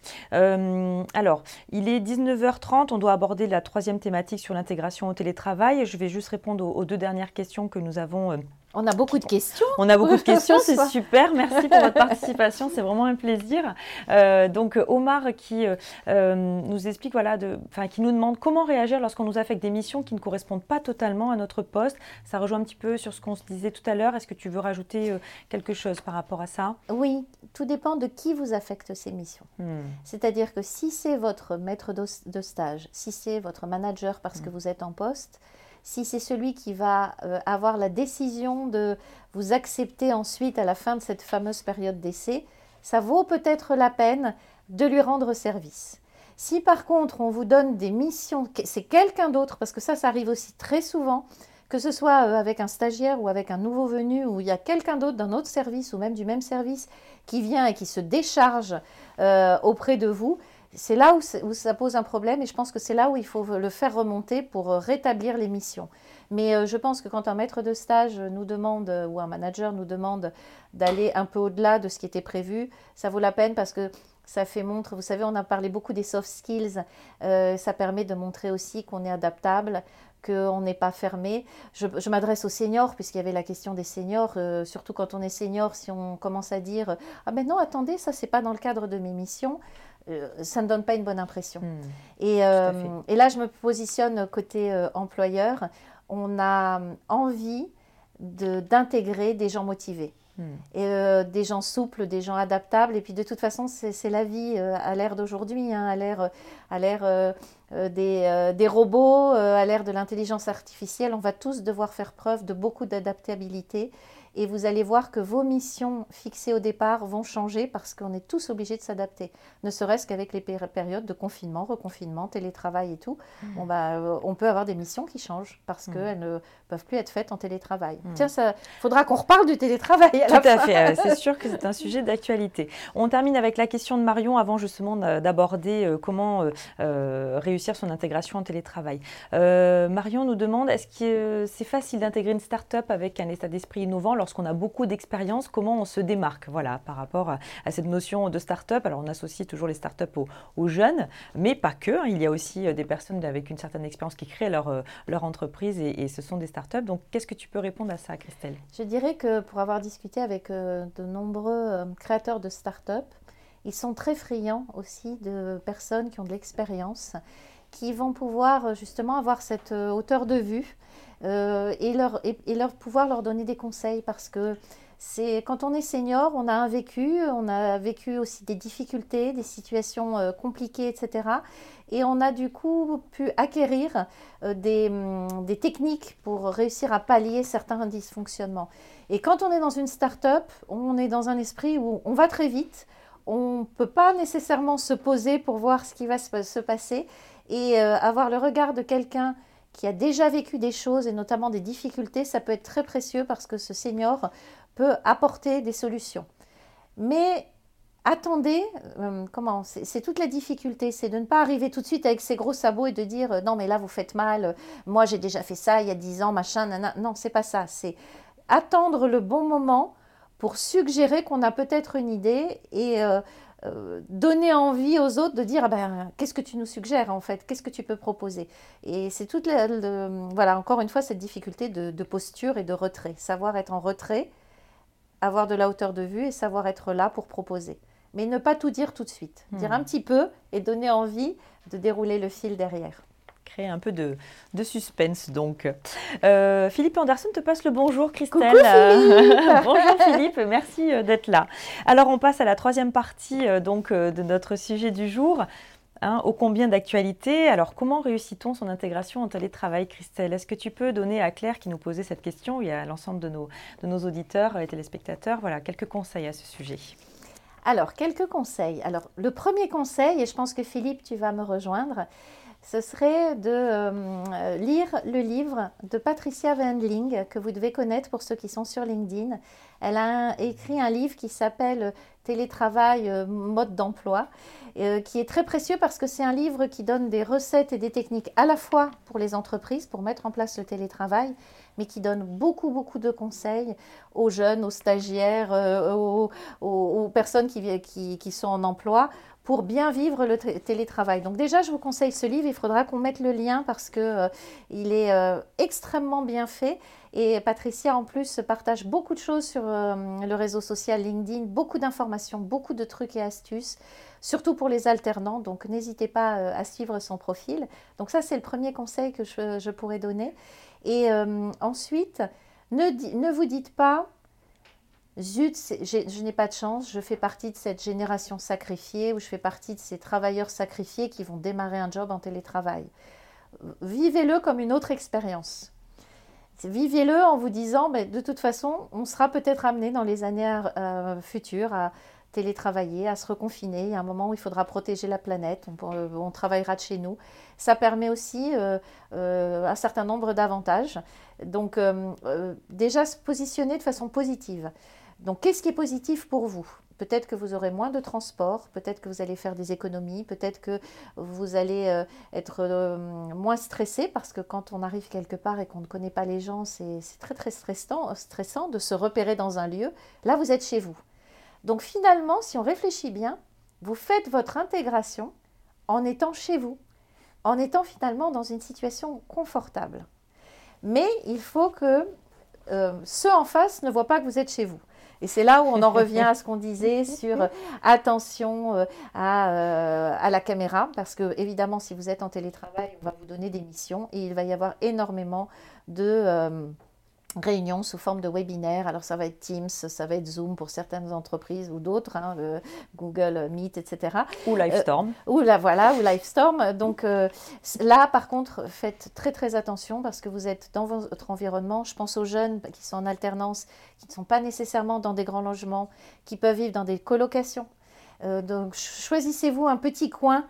Speaker 2: Alors, il est 19h30, on doit aborder la troisième thématique sur l'intégration au télétravail. Je vais juste répondre aux deux dernières questions que nous avons.
Speaker 3: On a beaucoup de questions.
Speaker 2: On a beaucoup de questions, c'est super. Merci pour votre participation, c'est vraiment un plaisir. Donc Omar qui nous explique, qui nous demande comment réagir lorsqu'on nous affecte des missions qui ne correspondent pas totalement à notre poste. Ça rejoint un petit peu sur ce qu'on se disait tout à l'heure. Est-ce que tu veux rajouter quelque chose par rapport à ça ?
Speaker 3: Oui, tout dépend de qui vous affecte ces missions. C'est-à-dire que si c'est votre maître de stage, si c'est votre manager parce que vous êtes en poste, si c'est celui qui va avoir la décision de vous accepter ensuite à la fin de cette fameuse période d'essai, ça vaut peut-être la peine de lui rendre service. Si par contre on vous donne des missions, c'est quelqu'un d'autre, parce que ça arrive aussi très souvent, que ce soit avec un stagiaire ou avec un nouveau venu, où il y a quelqu'un d'autre d'un autre service ou même du même service qui vient et qui se décharge auprès de vous, c'est là où ça pose un problème, et je pense que c'est là où il faut le faire remonter pour rétablir les missions. Mais je pense que quand un maître de stage nous demande, ou un manager nous demande d'aller un peu au-delà de ce qui était prévu, ça vaut la peine parce que ça montre, vous savez, on a parlé beaucoup des soft skills, ça permet de montrer aussi qu'on est adaptable, qu'on n'est pas fermé. Je m'adresse aux seniors, puisqu'il y avait la question des seniors, surtout quand on est senior, si on commence à dire « Ah ben non, attendez, ça c'est pas dans le cadre de mes missions », ça ne donne pas une bonne impression. Et là, je me positionne côté employeur. On a envie d'intégrer des gens motivés. Et des gens souples, des gens adaptables. Et puis de toute façon, c'est la vie à l'ère d'aujourd'hui, à l'ère des robots, à l'ère de l'intelligence artificielle. On va tous devoir faire preuve de beaucoup d'adaptabilité. Et vous allez voir que vos missions fixées au départ vont changer parce qu'on est tous obligés de s'adapter. Ne serait-ce qu'avec les périodes de confinement, reconfinement, télétravail et tout, on peut avoir des missions qui changent parce qu'elles ne peuvent plus être faites en télétravail. Tiens, il faudra qu'on reparle du télétravail à la fin.
Speaker 2: Tout à fait, c'est sûr que c'est un sujet d'actualité. On termine avec la question de Marion avant justement d'aborder comment réussir son intégration en télétravail. Marion nous demande, est-ce que c'est facile d'intégrer une start-up avec un état d'esprit innovant lorsqu'on a beaucoup d'expérience, comment on se démarque par rapport à cette notion de start-up. Alors, on associe toujours les start-up aux jeunes, mais pas que. Il y a aussi des personnes avec une certaine expérience qui créent leur entreprise et ce sont des start-up. Donc, qu'est-ce que tu peux répondre à ça, Christelle?
Speaker 3: Je dirais que pour avoir discuté avec de nombreux créateurs de start-up, ils sont très friands aussi de personnes qui ont de l'expérience, qui vont pouvoir justement avoir cette hauteur de vue et pouvoir leur donner des conseils parce que quand on est senior, on a vécu aussi des difficultés, des situations compliquées, etc. Et on a du coup pu acquérir des techniques pour réussir à pallier certains dysfonctionnements. Et quand on est dans une start-up, on est dans un esprit où on va très vite, on ne peut pas nécessairement se poser pour voir ce qui va se passer et avoir le regard de quelqu'un qui a déjà vécu des choses et notamment des difficultés, ça peut être très précieux parce que ce senior peut apporter des solutions. Mais attendez, c'est toute la difficulté, c'est de ne pas arriver tout de suite avec ses gros sabots et de dire non mais là vous faites mal, moi j'ai déjà fait ça il y a 10 ans, machin, nana. Non, c'est pas ça, c'est attendre le bon moment pour suggérer qu'on a peut-être une idée et donner envie aux autres de dire qu'est-ce que tu nous suggères en fait, qu'est-ce que tu peux proposer. Et c'est toute encore une fois cette difficulté de posture et de retrait, savoir être en retrait, avoir de la hauteur de vue et savoir être là pour proposer. Mais ne pas tout dire tout de suite, dire un petit peu et donner envie de dérouler le fil derrière.
Speaker 2: Créer un peu de suspense donc. Philippe Anderson te passe le bonjour, Christelle.
Speaker 3: Coucou Philippe.
Speaker 2: Bonjour Philippe, merci d'être là. Alors on passe à la troisième partie de notre sujet du jour. Ô combien d'actualité. Alors comment réussit-on son intégration en télétravail, Christelle? Est-ce que tu peux donner à Claire qui nous posait cette question et à l'ensemble de nos auditeurs et téléspectateurs, quelques conseils à ce sujet?
Speaker 3: Alors, quelques conseils. Alors, le premier conseil, et je pense que Philippe, tu vas me rejoindre, ce serait de lire le livre de Patricia Wendling, que vous devez connaître pour ceux qui sont sur LinkedIn. Elle a écrit un livre qui s'appelle Télétravail, mode d'emploi, qui est très précieux parce que c'est un livre qui donne des recettes et des techniques à la fois pour les entreprises, pour mettre en place le télétravail, mais qui donne beaucoup, beaucoup de conseils aux jeunes, aux stagiaires, aux personnes qui sont en emploi, pour bien vivre le télétravail. Donc déjà, je vous conseille ce livre, il faudra qu'on mette le lien parce qu'il est extrêmement bien fait. Et Patricia, en plus, partage beaucoup de choses sur le réseau social LinkedIn, beaucoup d'informations, beaucoup de trucs et astuces, surtout pour les alternants. Donc n'hésitez pas à suivre son profil. Donc ça, c'est le premier conseil que je pourrais donner. Et ensuite, ne vous dites pas zut, je n'ai pas de chance, je fais partie de cette génération sacrifiée ou je fais partie de ces travailleurs sacrifiés qui vont démarrer un job en télétravail. Vivez-le comme une autre expérience. Vivez-le en vous disant, de toute façon, on sera peut-être amené dans les années futures à télétravailler, à se reconfiner. Il y a un moment où il faudra protéger la planète, on travaillera de chez nous. Ça permet aussi un certain nombre d'avantages. Donc, déjà se positionner de façon positive. Donc, qu'est-ce qui est positif pour vous? Peut-être que vous aurez moins de transport, peut-être que vous allez faire des économies, peut-être que vous allez être moins stressé parce que quand on arrive quelque part et qu'on ne connaît pas les gens, c'est très très stressant de se repérer dans un lieu. Là, vous êtes chez vous. Donc finalement, si on réfléchit bien, vous faites votre intégration en étant chez vous, en étant finalement dans une situation confortable. Mais il faut que ceux en face ne voient pas que vous êtes chez vous. Et c'est là où on en revient à ce qu'on disait sur attention à la caméra, parce que évidemment, si vous êtes en télétravail, on va vous donner des missions et il va y avoir énormément de réunions sous forme de webinaire. Alors ça va être Teams, ça va être Zoom pour certaines entreprises ou d'autres, Google Meet, etc.
Speaker 2: Ou Livestorm.
Speaker 3: Ou Livestorm. Donc là, par contre, faites très très attention parce que vous êtes dans votre environnement. Je pense aux jeunes qui sont en alternance, qui ne sont pas nécessairement dans des grands logements, qui peuvent vivre dans des colocations. Donc choisissez-vous un petit coin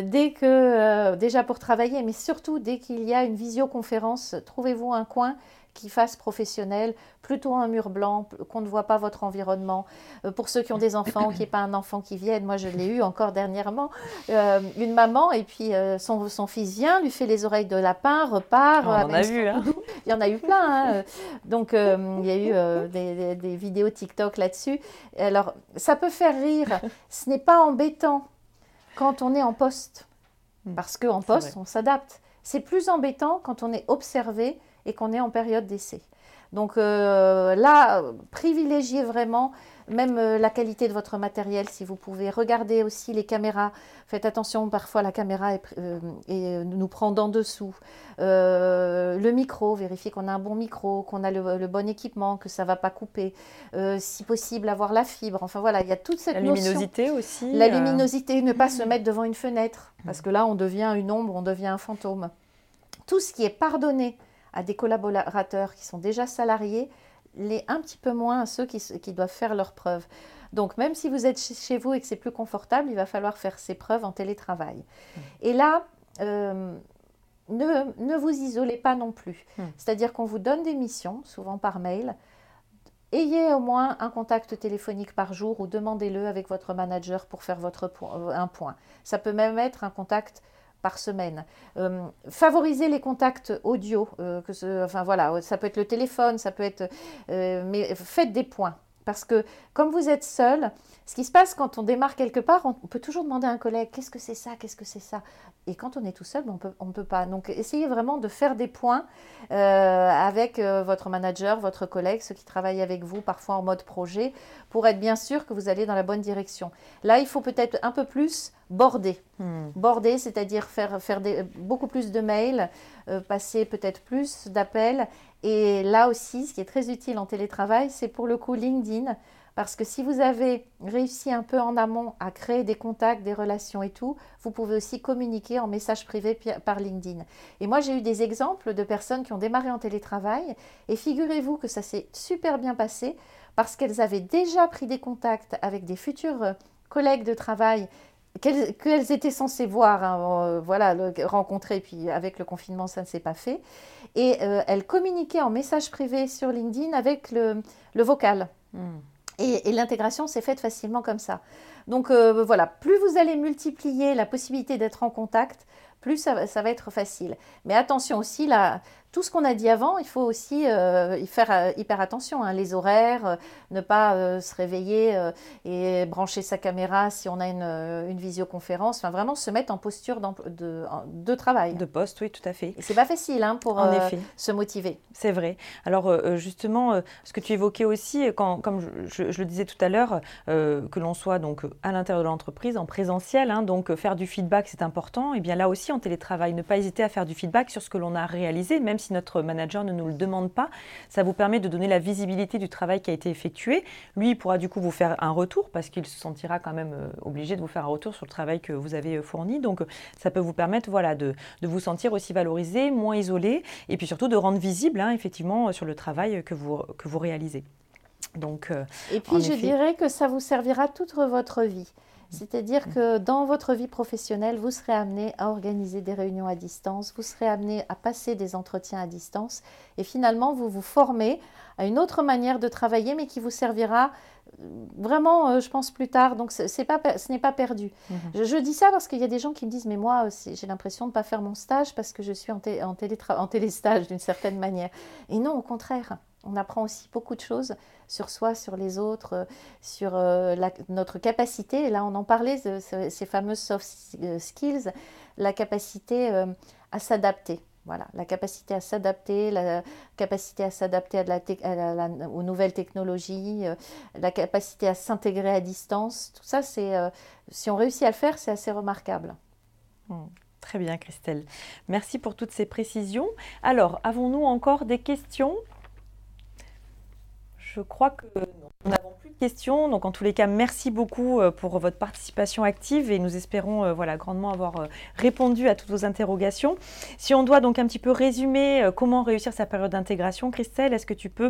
Speaker 3: déjà pour travailler, mais surtout dès qu'il y a une visioconférence, trouvez-vous un coin qui fasse professionnel, plutôt un mur blanc, qu'on ne voit pas votre environnement. Pour ceux qui ont des enfants, qu'il n'y ait pas un enfant qui vienne, moi je l'ai eu encore dernièrement, une maman et puis son fils vient, lui fait les oreilles de lapin, repart.
Speaker 2: On en a vu, hein.
Speaker 3: Il y en a eu plein. Hein. Donc il y a eu des vidéos TikTok là-dessus. Alors ça peut faire rire, ce n'est pas embêtant quand on est en poste, parce qu'en poste on s'adapte. C'est plus embêtant quand on est observé et qu'on est en période d'essai. Donc là, privilégiez vraiment même la qualité de votre matériel si vous pouvez. Regardez aussi les caméras. Faites attention, parfois la caméra nous prend d'en dessous. Le micro, vérifiez qu'on a un bon micro, qu'on a le bon équipement, que ça ne va pas couper. Si possible, avoir la fibre. Enfin voilà, il y a toute cette notion.
Speaker 2: La luminosité aussi.
Speaker 3: La luminosité, ne pas se mettre devant une fenêtre, parce que là, on devient une ombre, on devient un fantôme. Tout ce qui est pardonné à des collaborateurs qui sont déjà salariés, l'est un petit peu moins à ceux qui doivent faire leurs preuves. Donc, même si vous êtes chez vous et que c'est plus confortable, il va falloir faire ses preuves en télétravail. Et là, ne vous isolez pas non plus. C'est-à-dire qu'on vous donne des missions, souvent par mail. Ayez au moins un contact téléphonique par jour ou demandez-le avec votre manager pour faire un point. Ça peut même être un contact par semaine. Favorisez les contacts audio, voilà, ça peut être le téléphone, ça peut être, mais faites des points. Parce que comme vous êtes seul, ce qui se passe quand on démarre quelque part, on peut toujours demander à un collègue « qu'est-ce que c'est ça, qu'est-ce que c'est ça ?» Et quand on est tout seul, on ne peut pas. Donc essayez vraiment de faire des points avec votre manager, votre collègue, ceux qui travaillent avec vous, parfois en mode projet, pour être bien sûr que vous allez dans la bonne direction. Là, il faut peut-être un peu plus border. Border, c'est-à-dire faire beaucoup plus de mails, passer peut-être plus d'appels. Et là aussi, ce qui est très utile en télétravail, c'est pour le coup LinkedIn. Parce que si vous avez réussi un peu en amont à créer des contacts, des relations et tout, vous pouvez aussi communiquer en message privé par LinkedIn. Et moi, j'ai eu des exemples de personnes qui ont démarré en télétravail et figurez-vous que ça s'est super bien passé parce qu'elles avaient déjà pris des contacts avec des futurs collègues de travail qu'elles étaient censées voir, rencontrer, puis avec le confinement, ça ne s'est pas fait. Et elles communiquaient en message privé sur LinkedIn avec le vocal. Et l'intégration s'est faite facilement comme ça. Donc voilà, plus vous allez multiplier la possibilité d'être en contact, plus ça va être facile. Mais attention aussi, là, tout ce qu'on a dit avant, il faut aussi y faire hyper attention. Hein, les horaires, ne pas se réveiller et brancher sa caméra si on a une visioconférence. Enfin, vraiment se mettre en posture de travail.
Speaker 2: De poste, oui, tout à fait.
Speaker 3: Et c'est pas facile pour se motiver.
Speaker 2: C'est vrai. Alors justement, ce que tu évoquais aussi, comme je le disais tout à l'heure, que l'on soit donc à l'intérieur de l'entreprise, en présentiel, hein, donc faire du feedback, c'est important. Et bien là aussi, en télétravail, ne pas hésiter à faire du feedback sur ce que l'on a réalisé, même si notre manager ne nous le demande pas. Ça vous permet de donner la visibilité du travail qui a été effectué. Lui, il pourra du coup vous faire un retour parce qu'il se sentira quand même obligé de vous faire un retour sur le travail que vous avez fourni. Donc, ça peut vous permettre de vous sentir aussi valorisé, moins isolé et puis surtout de rendre visible effectivement sur le travail que vous réalisez. Donc,
Speaker 3: et puis, je dirais que ça vous servira toute votre vie. C'est-à-dire que dans votre vie professionnelle, vous serez amené à organiser des réunions à distance, vous serez amené à passer des entretiens à distance et finalement, vous vous formez à une autre manière de travailler mais qui vous servira vraiment, je pense, plus tard. Donc, ce n'est pas perdu. Je dis ça parce qu'il y a des gens qui me disent « mais moi, j'ai l'impression de ne pas faire mon stage parce que je suis en téléstage d'une certaine manière ». Et non, au contraire. On apprend aussi beaucoup de choses sur soi, sur les autres, sur notre capacité. Et là, on en parlait, ces fameuses soft skills, la capacité à s'adapter. Voilà, la capacité à s'adapter, la capacité à s'adapter aux nouvelles technologies, la capacité à s'intégrer à distance. Tout ça, si on réussit à le faire, c'est assez remarquable.
Speaker 2: Très bien, Christelle. Merci pour toutes ces précisions. Alors, avons-nous encore des questions ? Je crois que nous n'avons plus de questions. Donc, en tous les cas, merci beaucoup pour votre participation active et nous espérons grandement avoir répondu à toutes vos interrogations. Si on doit donc un petit peu résumer comment réussir sa période d'intégration, Christelle, est-ce que tu peux,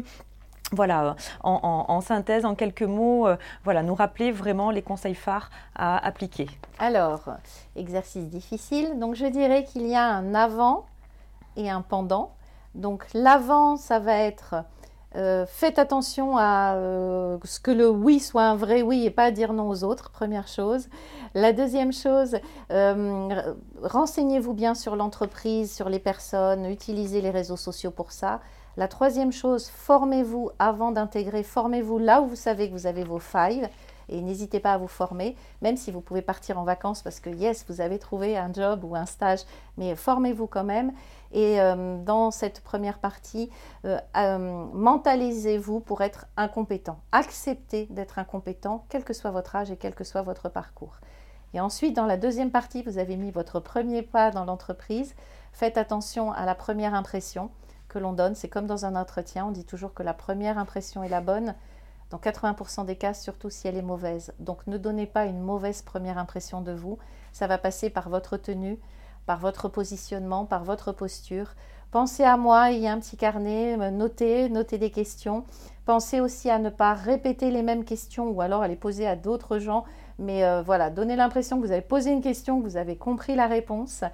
Speaker 2: en synthèse, en quelques mots, nous rappeler vraiment les conseils phares à appliquer?
Speaker 3: Alors, exercice difficile. Donc, je dirais qu'il y a un avant et un pendant. Donc l'avant, ça va être faites attention à ce que le oui soit un vrai oui et pas dire non aux autres, première chose. La deuxième chose, renseignez-vous bien sur l'entreprise, sur les personnes, utilisez les réseaux sociaux pour ça. La troisième chose, formez-vous avant d'intégrer, formez-vous là où vous savez que vous avez vos failles. Et n'hésitez pas à vous former, même si vous pouvez partir en vacances parce que yes, vous avez trouvé un job ou un stage, mais formez-vous quand même. Et dans cette première partie, mentalisez-vous pour être incompétent. Acceptez d'être incompétent, quel que soit votre âge et quel que soit votre parcours. Et ensuite, dans la deuxième partie, vous avez mis votre premier pas dans l'entreprise. Faites attention à la première impression que l'on donne. C'est comme dans un entretien, on dit toujours que la première impression est la bonne. Dans 80% des cas, surtout si elle est mauvaise. Donc ne donnez pas une mauvaise première impression de vous. Ça va passer par votre tenue, par votre positionnement, par votre posture. Pensez à moi, il y a un petit carnet, notez des questions. Pensez aussi à ne pas répéter les mêmes questions ou alors à les poser à d'autres gens. Mais voilà, donnez l'impression que vous avez posé une question, que vous avez compris la réponse.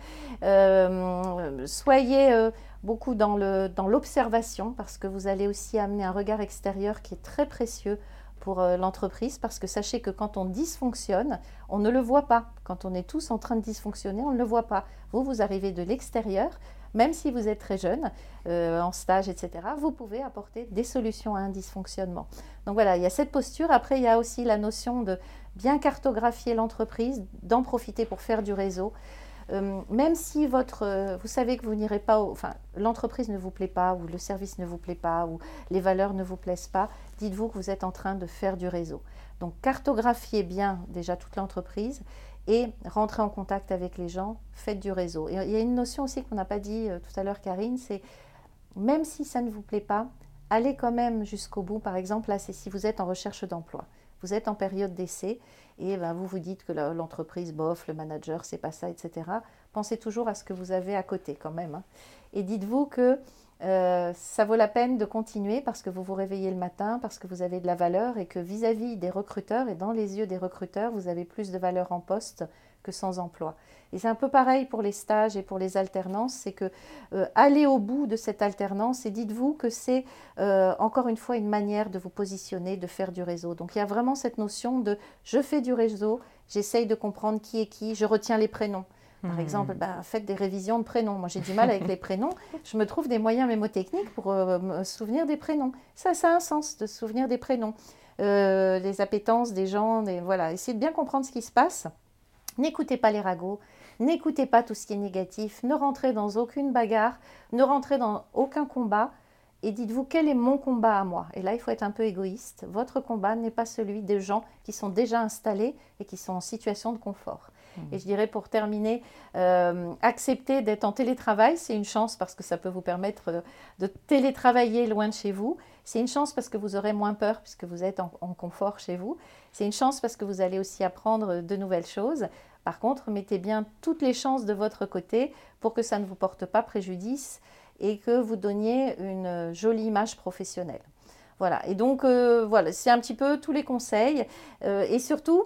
Speaker 3: Soyez beaucoup dans l'observation parce que vous allez aussi amener un regard extérieur qui est très précieux pour l'entreprise parce que sachez que quand on dysfonctionne, on ne le voit pas. Quand on est tous en train de dysfonctionner, on ne le voit pas. Vous arrivez de l'extérieur, même si vous êtes très jeune, en stage, etc., vous pouvez apporter des solutions à un dysfonctionnement. Donc voilà, il y a cette posture. Après, il y a aussi la notion de bien cartographier l'entreprise, d'en profiter pour faire du réseau. Même si vous savez que vous n'irez pas, l'entreprise ne vous plaît pas, ou le service ne vous plaît pas, ou les valeurs ne vous plaisent pas, dites-vous que vous êtes en train de faire du réseau. Donc cartographiez bien déjà toute l'entreprise et rentrez en contact avec les gens, faites du réseau. Et il y a une notion aussi qu'on n'a pas dit tout à l'heure, Karine, c'est même si ça ne vous plaît pas, allez quand même jusqu'au bout. Par exemple, là, c'est si vous êtes en recherche d'emploi. Vous êtes en période d'essai et vous vous dites que l'entreprise, bof, le manager, c'est pas ça, etc. Pensez toujours à ce que vous avez à côté quand même. Hein. Et dites-vous que ça vaut la peine de continuer parce que vous vous réveillez le matin, parce que vous avez de la valeur et que vis-à-vis des recruteurs et dans les yeux des recruteurs, vous avez plus de valeur en poste que sans emploi. Et c'est un peu pareil pour les stages et pour les alternances, c'est que allez au bout de cette alternance et dites-vous que c'est encore une fois une manière de vous positionner, de faire du réseau. Donc il y a vraiment cette notion de je fais du réseau, j'essaye de comprendre qui est qui, je retiens les prénoms. Par exemple, faites des révisions de prénoms. Moi, j'ai du mal avec les prénoms. Je me trouve des moyens mémotechniques pour me souvenir des prénoms. Ça a un sens de se souvenir des prénoms. Les appétences des gens, voilà. Essayez de bien comprendre ce qui se passe. N'écoutez pas les ragots, n'écoutez pas tout ce qui est négatif, ne rentrez dans aucune bagarre, ne rentrez dans aucun combat et dites-vous quel est mon combat à moi. Et là, il faut être un peu égoïste. Votre combat n'est pas celui des gens qui sont déjà installés et qui sont en situation de confort. Et je dirais pour terminer, accepter d'être en télétravail, c'est une chance parce que ça peut vous permettre de télétravailler loin de chez vous. C'est une chance parce que vous aurez moins peur puisque vous êtes en confort chez vous. C'est une chance parce que vous allez aussi apprendre de nouvelles choses. Par contre, mettez bien toutes les chances de votre côté pour que ça ne vous porte pas préjudice et que vous donniez une jolie image professionnelle. Voilà, et donc voilà, c'est un petit peu tous les conseils et surtout,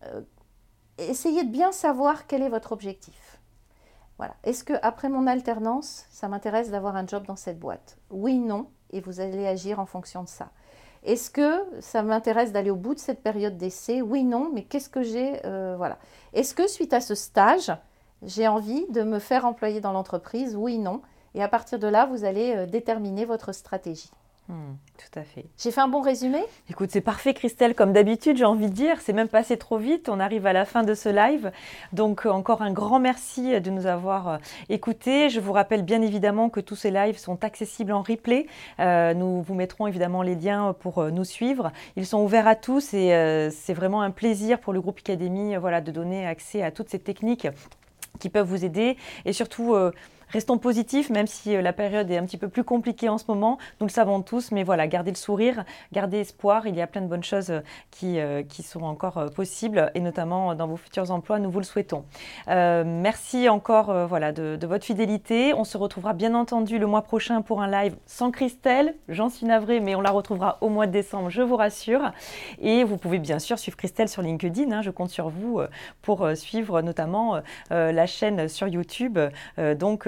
Speaker 3: essayez de bien savoir quel est votre objectif. Voilà. Est-ce qu'après mon alternance, ça m'intéresse d'avoir un job dans cette boîte? Oui, non, et vous allez agir en fonction de ça. Est-ce que ça m'intéresse d'aller au bout de cette période d'essai? Oui, non, mais qu'est-ce que j'ai voilà. Est-ce que suite à ce stage, j'ai envie de me faire employer dans l'entreprise? Oui, non. Et à partir de là, vous allez déterminer votre stratégie.
Speaker 2: Tout à fait.
Speaker 3: J'ai fait un bon résumé?
Speaker 2: Écoute, c'est parfait Christelle, comme d'habitude, j'ai envie de dire, c'est même passé trop vite, on arrive à la fin de ce live. Donc encore un grand merci de nous avoir écoutés. Je vous rappelle bien évidemment que tous ces lives sont accessibles en replay. Nous vous mettrons évidemment les liens pour nous suivre. Ils sont ouverts à tous et c'est vraiment un plaisir pour le groupe Icademy de donner accès à toutes ces techniques qui peuvent vous aider et surtout restons positifs, même si la période est un petit peu plus compliquée en ce moment. Nous le savons tous, mais voilà, gardez le sourire, gardez espoir. Il y a plein de bonnes choses qui seront encore possibles, et notamment dans vos futurs emplois, nous vous le souhaitons. Merci encore de votre fidélité. On se retrouvera bien entendu le mois prochain pour un live sans Christelle. J'en suis navrée, mais on la retrouvera au mois de décembre, je vous rassure. Et vous pouvez bien sûr suivre Christelle sur LinkedIn. Je compte sur vous pour suivre notamment la chaîne sur YouTube. Donc,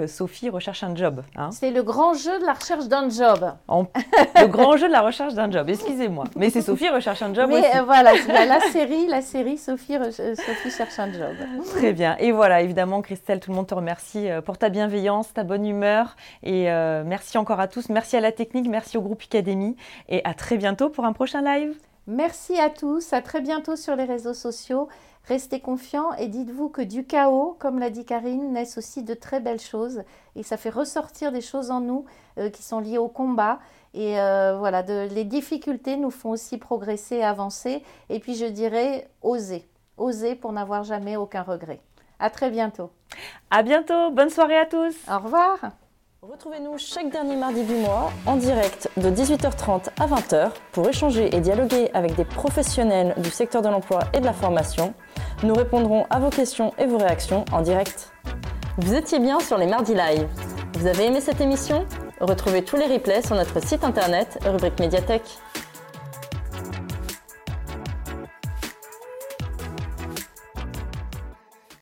Speaker 2: Sophie recherche un job. Hein.
Speaker 3: C'est le grand jeu de la recherche d'un job.
Speaker 2: Le grand jeu de la recherche d'un job, excusez-moi. Mais c'est Sophie recherche un job aussi.
Speaker 3: Mais voilà, la série Sophie cherche un job.
Speaker 2: Très bien. Et voilà, évidemment, Christelle, tout le monde te remercie pour ta bienveillance, ta bonne humeur. Et merci encore à tous. Merci à la technique, merci au groupe Icademy. Et à très bientôt pour un prochain live.
Speaker 3: Merci à tous, à très bientôt sur les réseaux sociaux. Restez confiants et dites-vous que du chaos, comme l'a dit Karine, naissent aussi de très belles choses. Et ça fait ressortir des choses en nous qui sont liées au combat. Et voilà, les difficultés nous font aussi progresser, avancer. Et puis je dirais, oser. Oser pour n'avoir jamais aucun regret. À très bientôt.
Speaker 2: À bientôt, bonne soirée à tous.
Speaker 3: Au revoir.
Speaker 1: Retrouvez-nous chaque dernier mardi du mois en direct de 18h30 à 20h pour échanger et dialoguer avec des professionnels du secteur de l'emploi et de la formation. Nous répondrons à vos questions et vos réactions en direct. Vous étiez bien sur les Mardis Live. Vous avez aimé cette émission ? Retrouvez tous les replays sur notre site internet, rubrique médiathèque.